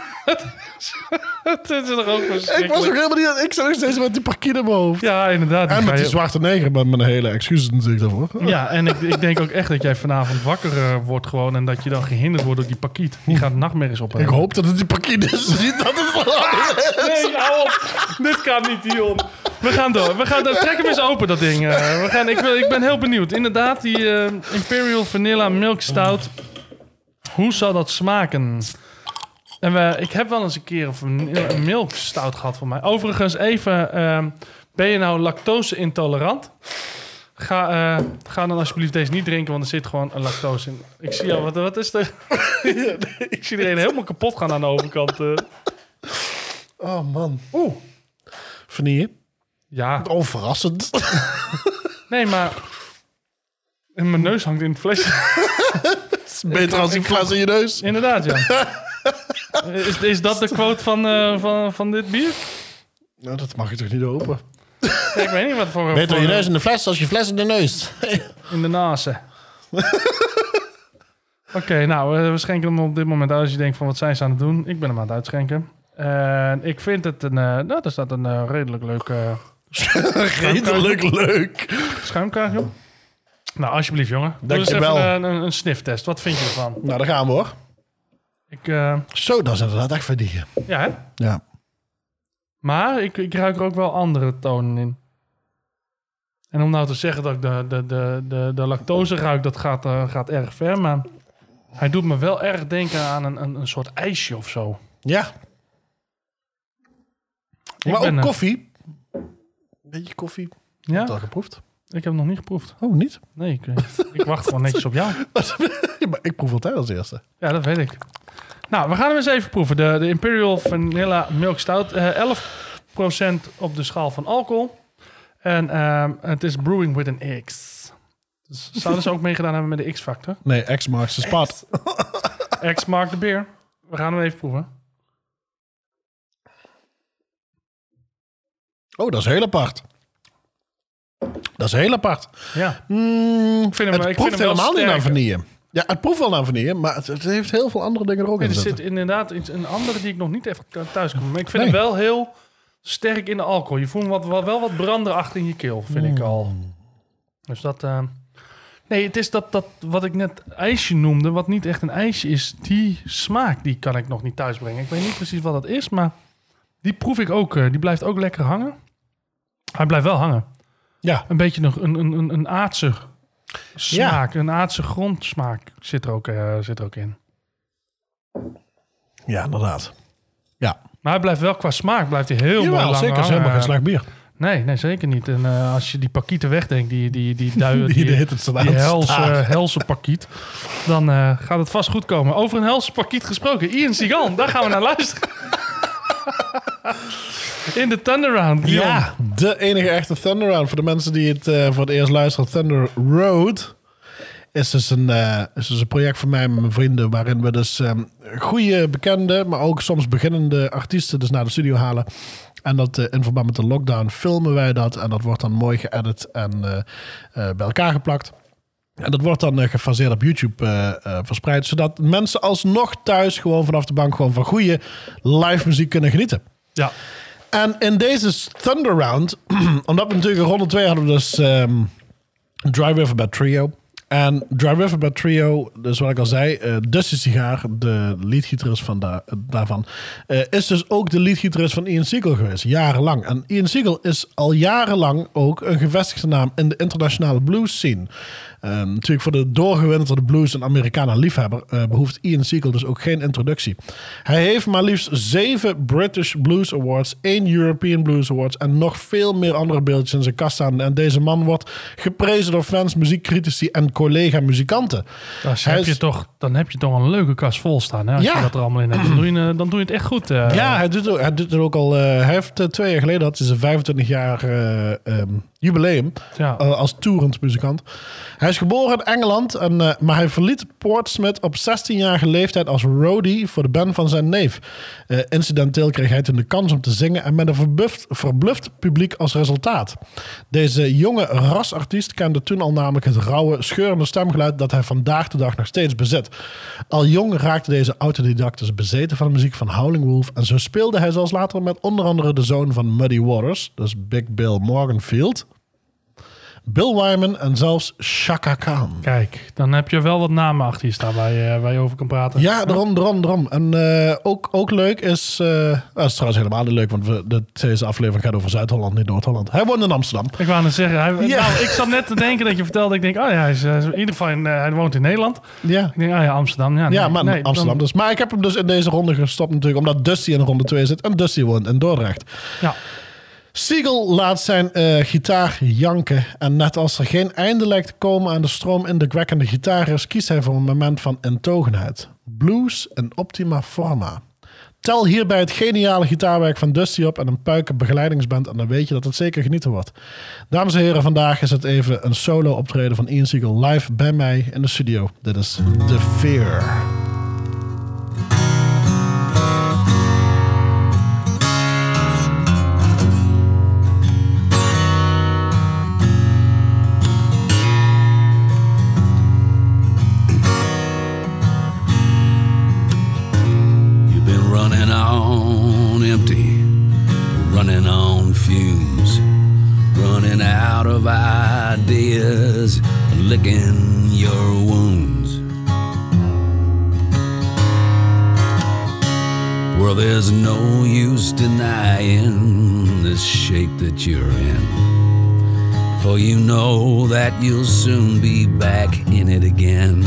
Het is toch ook Ik was verschrikkelijk. nog helemaal niet... Ik zat nog steeds met die parkiet in mijn hoofd. Ja, inderdaad. die En ga met die je- zwarte neger, met mijn hele excuses natuurlijk daarvoor. Ja, en ik, ik denk ook echt dat jij vanavond wakker eh, wordt gewoon en dat je dan gehinderd wordt door die pakiet. Die gaat nachtmerries op. Ik hoop dat het die parkiet is. Niet dat het Nee, hou op. Dit kan niet, Dion. We gaan door. We gaan door. Trek hem eens open, dat ding. Eh, we gaan, ik, wil, ik ben heel benieuwd. Inderdaad, die eh, Imperial Vanilla Milk Stout. Hoe zal dat smaken? En we, ik heb wel eens een keer een vanilla milk stout gehad voor mij. Overigens, even... eh, ben je nou lactose intolerant? Ga, uh, ga dan alsjeblieft deze niet drinken, want er zit gewoon een lactose in. Ik zie al, wat, wat is er? Ik zie iedereen helemaal kapot gaan aan de overkant. Uh. Oh man. Oeh. Vanille. Ja, Oh, verrassend. nee, maar... En mijn neus hangt in het flesje. Beter als die fles in je neus. Inderdaad, ja. Is, is dat de quote van, uh, van, van dit bier? Nou, dat mag je toch niet open? Ja, ik weet niet wat voor... Beter voor, je neus in de fles als je fles in de neus. In de nasen. Oké, okay, nou, uh, we schenken hem op dit moment uit als je denkt van wat zijn ze aan het doen. Ik ben hem aan het uitschenken. En ik vind het een... Uh, nou, er staat een uh, redelijk leuk... Uh, redelijk leuk. Schuimkraag, joh. Nou, alsjeblieft, jongen. Doe eens Dankjewel. even een, een, een sniftest. Wat vind je ervan? Nou, daar gaan we hoor. Ik, uh, Zo, dat is inderdaad echt verdienen. ja, hè? Ja. Maar ik, ik ruik er ook wel andere tonen in. En om nou te zeggen dat ik de, de, de, de, de lactose ruik, dat gaat, uh, gaat erg ver. Maar hij doet me wel erg denken aan een, een, een soort ijsje of zo. Ja. Ik Maar ben, ook uh, koffie. Beetje koffie. Heb je Ja, het al geproefd? ik heb het nog niet geproefd. Oh, niet? Nee, ik, ik wacht gewoon netjes op jou. Ja, maar ik proef altijd als eerste. Ja, dat weet ik. Nou, we gaan hem eens even proeven. De, de Imperial Vanilla Milk Stout. Uh, elf procent op de schaal van alcohol. En um, het is brewing with an X. Dus zouden ze ook meegedaan hebben met de X-factor? Nee, X marks the spot. X mark de beer. We gaan hem even proeven. Oh, dat is heel apart. Dat is heel apart. Ja. Mm, Ik vind hem, het ik proeft vind hem wel helemaal niet naar sterker. vanille. Ja, het proeft wel naar vanille, maar het, het heeft heel veel andere dingen er ook Er in zit zitten. inderdaad iets, een andere die ik nog niet echt thuis kom. Maar ik vind Nee. hem wel heel sterk in de alcohol. Je voelt wat, wat, wel wat branderachter in je keel, vind ik al. Dus dat... Uh... Nee, het is dat, dat wat ik net ijsje noemde, wat niet echt een ijsje is. Die smaak, die kan ik nog niet thuisbrengen. Ik weet niet precies wat dat is, maar die proef ik ook. Uh, die blijft ook lekker hangen. Hij blijft wel hangen. Ja, Een beetje nog een, een, een, een aardse smaak, een aardse grondsmaak zit er ook, uh, zit er ook in. ja, inderdaad. Ja, Maar hij blijft wel qua smaak blijft hij heel mooi jawel, lang zeker. Het is hangen. helemaal geen slecht bier. Nee, nee, zeker niet. En uh, als je die pakieten wegdenkt, die, die, die, duien, Die die, de die, hitte staan aan te helse, staren. helse pakiet, dan uh, gaat het vast goed komen. Over een helse pakiet gesproken, Ian Seagal, daar gaan we naar luisteren. In de Thunderround. Dion. Ja, de enige echte Thunderround. Voor de mensen die het uh, voor het eerst luisteren. Thunder Road is dus een, uh, is dus een project van mij en mijn vrienden. Waarin we dus um, goede bekende, maar ook soms beginnende artiesten dus naar de studio halen. En dat uh, in verband met de lockdown filmen wij dat. En dat wordt dan mooi geëdit en uh, uh, bij elkaar geplakt. En dat wordt dan uh, gefaseerd op YouTube uh, uh, verspreid. Zodat mensen alsnog thuis gewoon vanaf de bank gewoon van goede live muziek kunnen genieten. Ja. En in deze Thunder Round, omdat we natuurlijk in ronde twee hadden we dus um, Dry Riverbed Trio. En Dry Riverbed Trio, dus wat ik al zei, uh, Dusty Cigar, de leadgitarist van da- daarvan, uh, is dus ook de leadgitarist van Ian Seagal geweest, jarenlang. En Ian Seagal is al jarenlang ook een gevestigde naam in de internationale blues scene. Uh, natuurlijk voor de doorgewinterde blues en Americana liefhebber uh, behoeft Ian Seagal dus ook geen introductie. Hij heeft maar liefst zeven British Blues Awards, één European Blues Awards en nog veel meer andere beeldjes in zijn kast staan. En deze man wordt geprezen door fans, muziekcritici en collega-muzikanten. Dus Hij heb je is- toch, dan heb je toch een leuke kast vol staan. Hè? Als Ja. je dat er allemaal in hebt, dan doe je, uh, dan doe je het echt goed. Uh, Ja, hij doet, ook- hij doet het ook al. Uh, hij heeft uh, twee jaar geleden had hij zijn vijfentwintig jaar uh, um, jubileum Ja. uh, als toerend muzikant. Hij is geboren in Engeland, en, uh, maar hij verliet Portsmouth op zestienjarige leeftijd als roadie voor de band van zijn neef. Uh, incidenteel kreeg hij toen de kans om te zingen en met een verbluft, verbluft publiek als resultaat. Deze jonge rasartiest kende toen al namelijk het rauwe, scheurende stemgeluid dat hij vandaag de dag nog steeds bezit. Al jong raakte deze autodidact dus bezeten van de muziek van Howling Wolf en zo speelde hij zelfs later met onder andere de zoon van Muddy Waters, dus Big Bill Morganfield, Bill Wyman en zelfs Chaka Khan. Kijk, dan heb je wel wat namen achter je staan waar je, waar je over kan praten. Ja, daarom, daarom, daarom. En uh, ook, ook leuk is... Uh, dat is trouwens helemaal niet leuk, want we, de, deze aflevering gaat over Zuid-Holland, niet Noord-Holland. Hij woont in Amsterdam. Ik wou net zeggen, hij, Ja. nou, ik zat net te denken dat je vertelde, ik denk, oh ja, hij is, uh, in ieder geval in, uh, hij woont in Nederland. Ja, Ik denk, oh ja, Amsterdam. Ja, ja nee, maar nee, Amsterdam dan- dus. Maar ik heb hem dus in deze ronde gestopt natuurlijk, omdat Dusty in ronde twee zit en Dusty woont in Dordrecht. Ja, Seagal laat zijn uh, gitaar janken en net als er geen einde lijkt te komen aan de stroom indrukwekkende gitaarriffs, kiest hij voor een moment van intogenheid. Blues in optima forma. Tel hierbij het geniale gitaarwerk van Dusty op en een puiken begeleidingsband en dan weet je dat het zeker genieten wordt. Dames en heren, vandaag is het even een solo optreden van Ian Siegel live bij mij in de studio. Dit is The Fear. Running on fumes, running out of ideas, licking your wounds. Well, there's no use denying the shape that you're in, for you know that you'll soon be back in it again.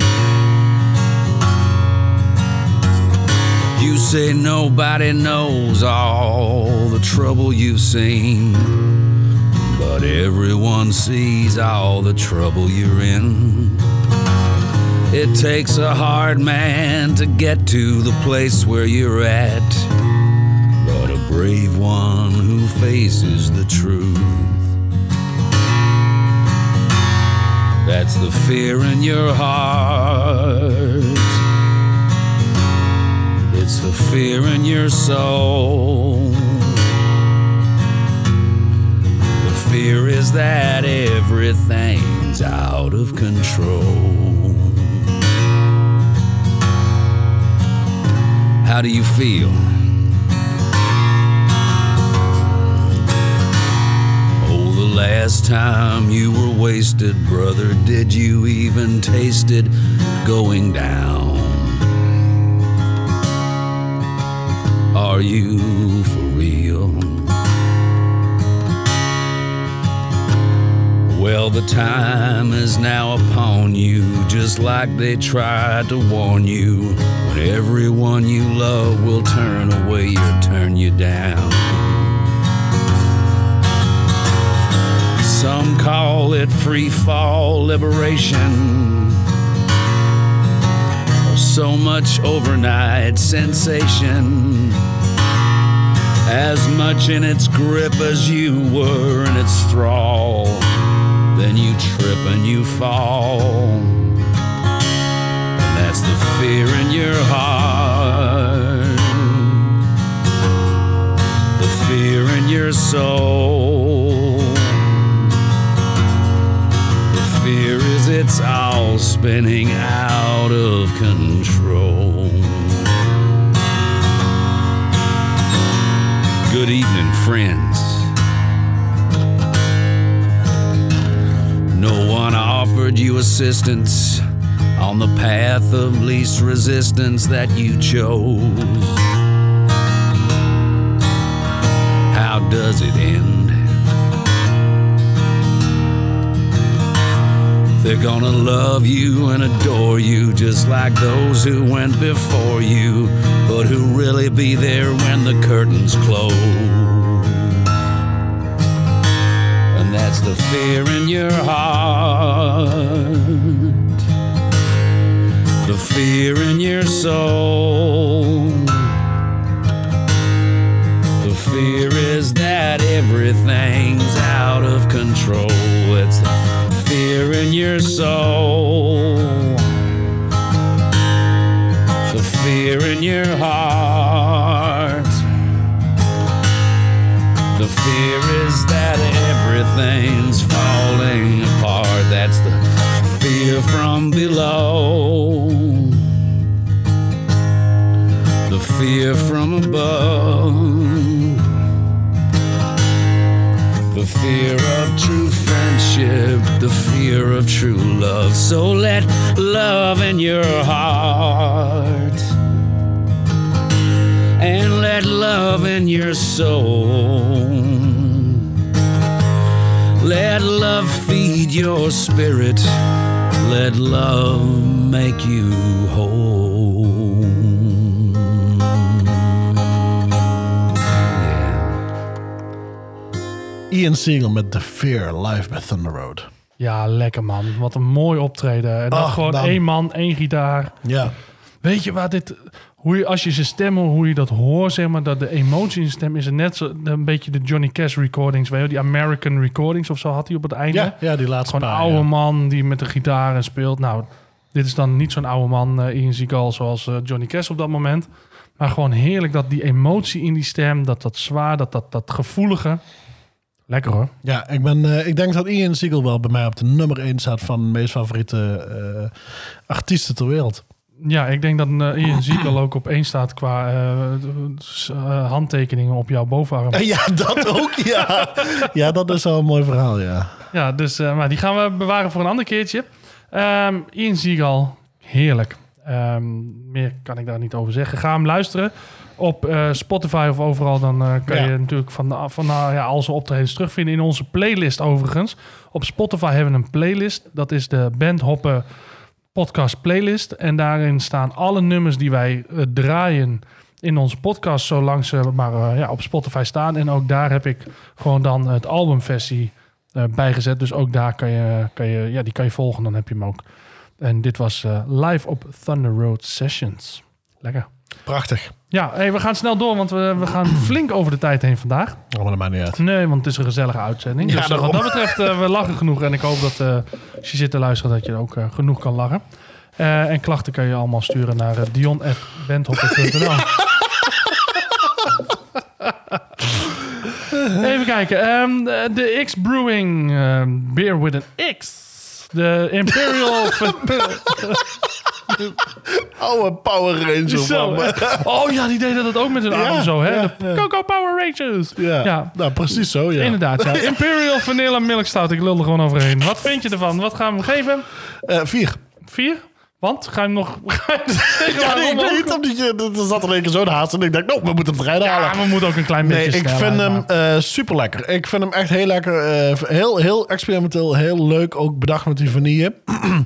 You say nobody knows all the trouble you've seen, but everyone sees all the trouble you're in. It takes a hard man to get to the place where you're at, but a brave one who faces the truth. That's the fear in your heart. It's the fear in your soul. The fear is that everything's out of control. How do you feel? Oh, the last time you were wasted, brother, did you even taste it going down? Are you for real? Well, the time is now upon you, just like they tried to warn you, when everyone you love will turn away or turn you down. Some call it free fall liberation, so much overnight sensation, as much in its grip as you were in its thrall. Then you trip and you fall, and that's the fear in your heart, the fear in your soul. The fear is it's all spinning out of control. Good evening, friends. No one offered you assistance on the path of least resistance that you chose. How does it end? They're gonna love you and adore you just like those who went before you, but who really be there when the curtains close. And that's the fear in your heart, the fear in your soul. The fear is that everything's out of control. It's the fear in your soul, the fear in your heart. The fear is that everything's falling apart. That's the fear from below, the fear from above. The fear of true friendship, the fear of true love. So let love in your heart, and let love in your soul. Let love feed your spirit, let love make you whole. Ian Siegel met The Fear live bij Thunder Road. Ja, lekker man. Wat een mooi optreden. En dat Ach, gewoon dan. één man, één gitaar. Ja. Weet je waar dit... hoe je, als je zijn stemmen, hoe je dat hoort, zeg maar, dat de emotie in zijn stem is er net zo, een beetje de Johnny Cash recordings, weet je, die American recordings of zo had hij op het einde. Ja, ja die laatste Gewoon een paar, oude ja. man die met de gitaar speelt. Nou, dit is dan niet zo'n oude man, uh, Ian Seagal, zoals uh, Johnny Cash op dat moment. Maar gewoon heerlijk dat die emotie in die stem, dat dat zwaar, dat dat, dat gevoelige. Lekker hoor. Ja, ik, ben, uh, ik denk dat Ian Seagal wel bij mij op de nummer één staat van de meest favoriete uh, artiesten ter wereld. Ja, ik denk dat uh, Ian Seagal ook op één staat qua uh, uh, handtekeningen op jouw bovenarm. Ja, dat ook, ja. Ja, dat is wel een mooi verhaal, ja. Ja, dus uh, maar die gaan we bewaren voor een ander keertje. Um, Ian Seagal, heerlijk. Um, meer kan ik daar niet over zeggen. Ga hem luisteren op uh, Spotify of overal. Dan uh, kan Ja. je natuurlijk van, de, van nou, ja, al zijn optredens terugvinden in onze playlist overigens. Op Spotify hebben we een playlist. Dat is de Bandhoppen podcast playlist. En daarin staan alle nummers die wij uh, draaien in onze podcast, zolang ze maar uh, ja, op Spotify staan. En ook daar heb ik gewoon dan het albumversie uh, bijgezet. Dus ook daar kan je, kan je, ja, die kan je volgen, dan heb je hem ook. En dit was uh, live op Thunder Road Sessions. Lekker. Prachtig. Ja, hey, we gaan snel door, want we, we gaan flink over de tijd heen vandaag. Oh, maar dat maakt niet uit. Nee, want het is een gezellige uitzending. Ja, dus uh, wat daarom. dat betreft, uh, we lachen genoeg. En ik hoop dat uh, als je zit te luisteren, dat je ook uh, genoeg kan lachen. Uh, en klachten kan je allemaal sturen naar uh, dion at bandhoppen punt n l. Even kijken. Um, de, de X Brewing um, Beer with an X. De Imperial... Oude Power Ranger Zo. van me. Oh ja, die deden dat ook met hun Ja, arm zo, hè? ja, de ja. Coco Power Rangers. Ja, Ja. nou precies zo, ja. Inderdaad, ja. Imperial Vanilla Milk Stout. Ik lul er gewoon overheen. Wat vind je ervan? Wat gaan we hem geven? Uh, vier. Vier? Want? Ga je hem nog... Ga je hem zeggen Ja, waarom nee, ik weet ook? niet omdat je... Er zat er een keer zo'n haast en ik dacht, nou, we moeten het rijden halen. Ja, we moeten ook een klein Nee, beetje ik snel vind uitmaken. hem uh, super lekker. Ik vind hem echt heel lekker. Uh, heel, heel experimenteel, heel leuk. Ook bedacht met die vanille.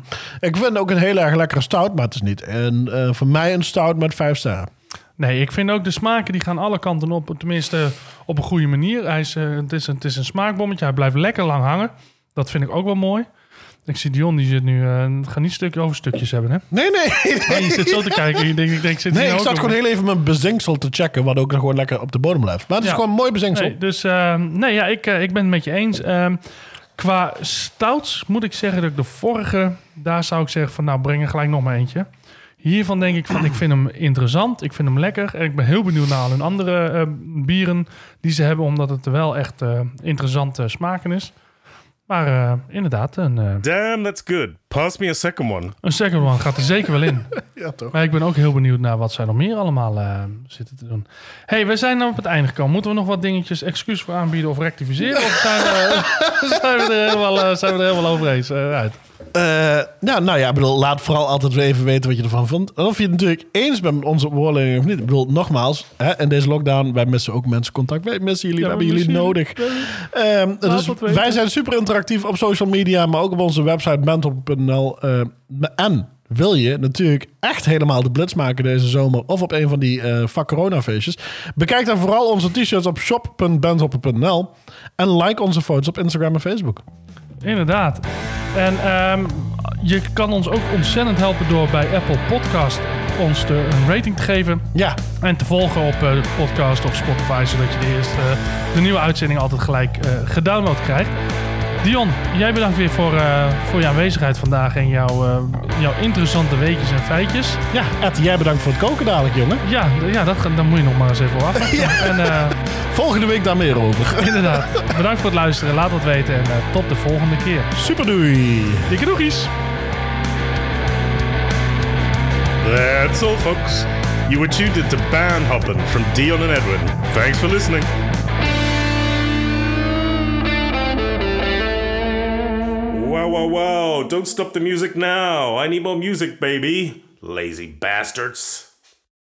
Ik vind het ook een heel erg lekkere stout, maar het is niet. En uh, voor mij een stout met vijf sterren. Nee, ik vind ook de smaken die gaan alle kanten op. Tenminste, op een goede manier. Hij is, uh, het, is een, het is een smaakbommetje. Hij blijft lekker lang hangen. Dat vind ik ook wel mooi. Ik zie Dion, die zit nu... Uh, het gaat niet stukje over stukjes hebben, hè? Nee, nee. Oh, je zit zo te kijken. Je denkt, ik denk, zit Nee, hier ik ook zat op? gewoon heel even mijn bezinksel te checken, wat ook nog gewoon lekker op de bodem blijft. Maar het is Ja. gewoon een mooi bezinksel. Nee, dus uh, nee, ja, ik, uh, ik ben het met je eens. Uh, qua stouts moet ik zeggen dat ik de vorige... Daar zou ik zeggen van, nou, breng er gelijk nog maar eentje. Hiervan denk ik van, ik vind hem interessant. Ik vind hem lekker. En ik ben heel benieuwd naar hun andere uh, bieren die ze hebben. Omdat het wel echt uh, interessante smaken is. Maar uh, inderdaad, een, uh, Damn, that's good. Pass me a second one. een second one gaat er zeker wel in. Ja, toch? Maar ik ben ook heel benieuwd naar wat zij nog meer allemaal uh, zitten te doen. Hey, we zijn nou op het einde gekomen. Moeten we nog wat dingetjes excuus voor aanbieden of rectificeren? Of zijn we, zijn we er helemaal, uh, zijn we er helemaal over eens uh, uit? Uh, ja, nou ja, ik bedoel, laat vooral altijd weer even weten wat je ervan vond. En of je het natuurlijk eens bent met onze beoordeling of niet. Ik bedoel, nogmaals, hè, in deze lockdown, wij missen ook mensen contact. Wij missen jullie, Ja, we hebben we jullie missen nodig. Um, dus het weten. wij zijn super interactief op social media, maar ook op onze website bandhoppen punt n l. Uh, en wil je natuurlijk echt helemaal de blitz maken deze zomer of op een van die uh, fuck corona feestjes, bekijk dan vooral onze t-shirts op shop punt bandhoppen punt n l en like onze foto's op Instagram en Facebook. Inderdaad. En um, je kan ons ook ontzettend helpen door bij Apple Podcast ons de, een rating te geven. Ja, En te volgen op uh, de podcast of Spotify, zodat je de eerste uh, de nieuwe uitzending altijd gelijk uh, gedownload krijgt. Dion, jij bedankt weer voor, uh, voor je aanwezigheid vandaag en jouw, uh, jouw interessante weetjes en feitjes. ja, Ed, jij bedankt voor het koken dadelijk, jongen. Ja, d- ja dat, ga- daar moet je nog maar eens even afwachten. Ja. En uh, Volgende week daar meer over. inderdaad, bedankt voor het luisteren. Laat het weten en uh, tot de volgende keer. Super doei. Dikke doegies! That's all, folks. You were tuned into Bandhoppin' from Dion and Edwin. Thanks for listening. Wow, wow, wow. Don't stop the music now. I need more music, baby. Lazy bastards.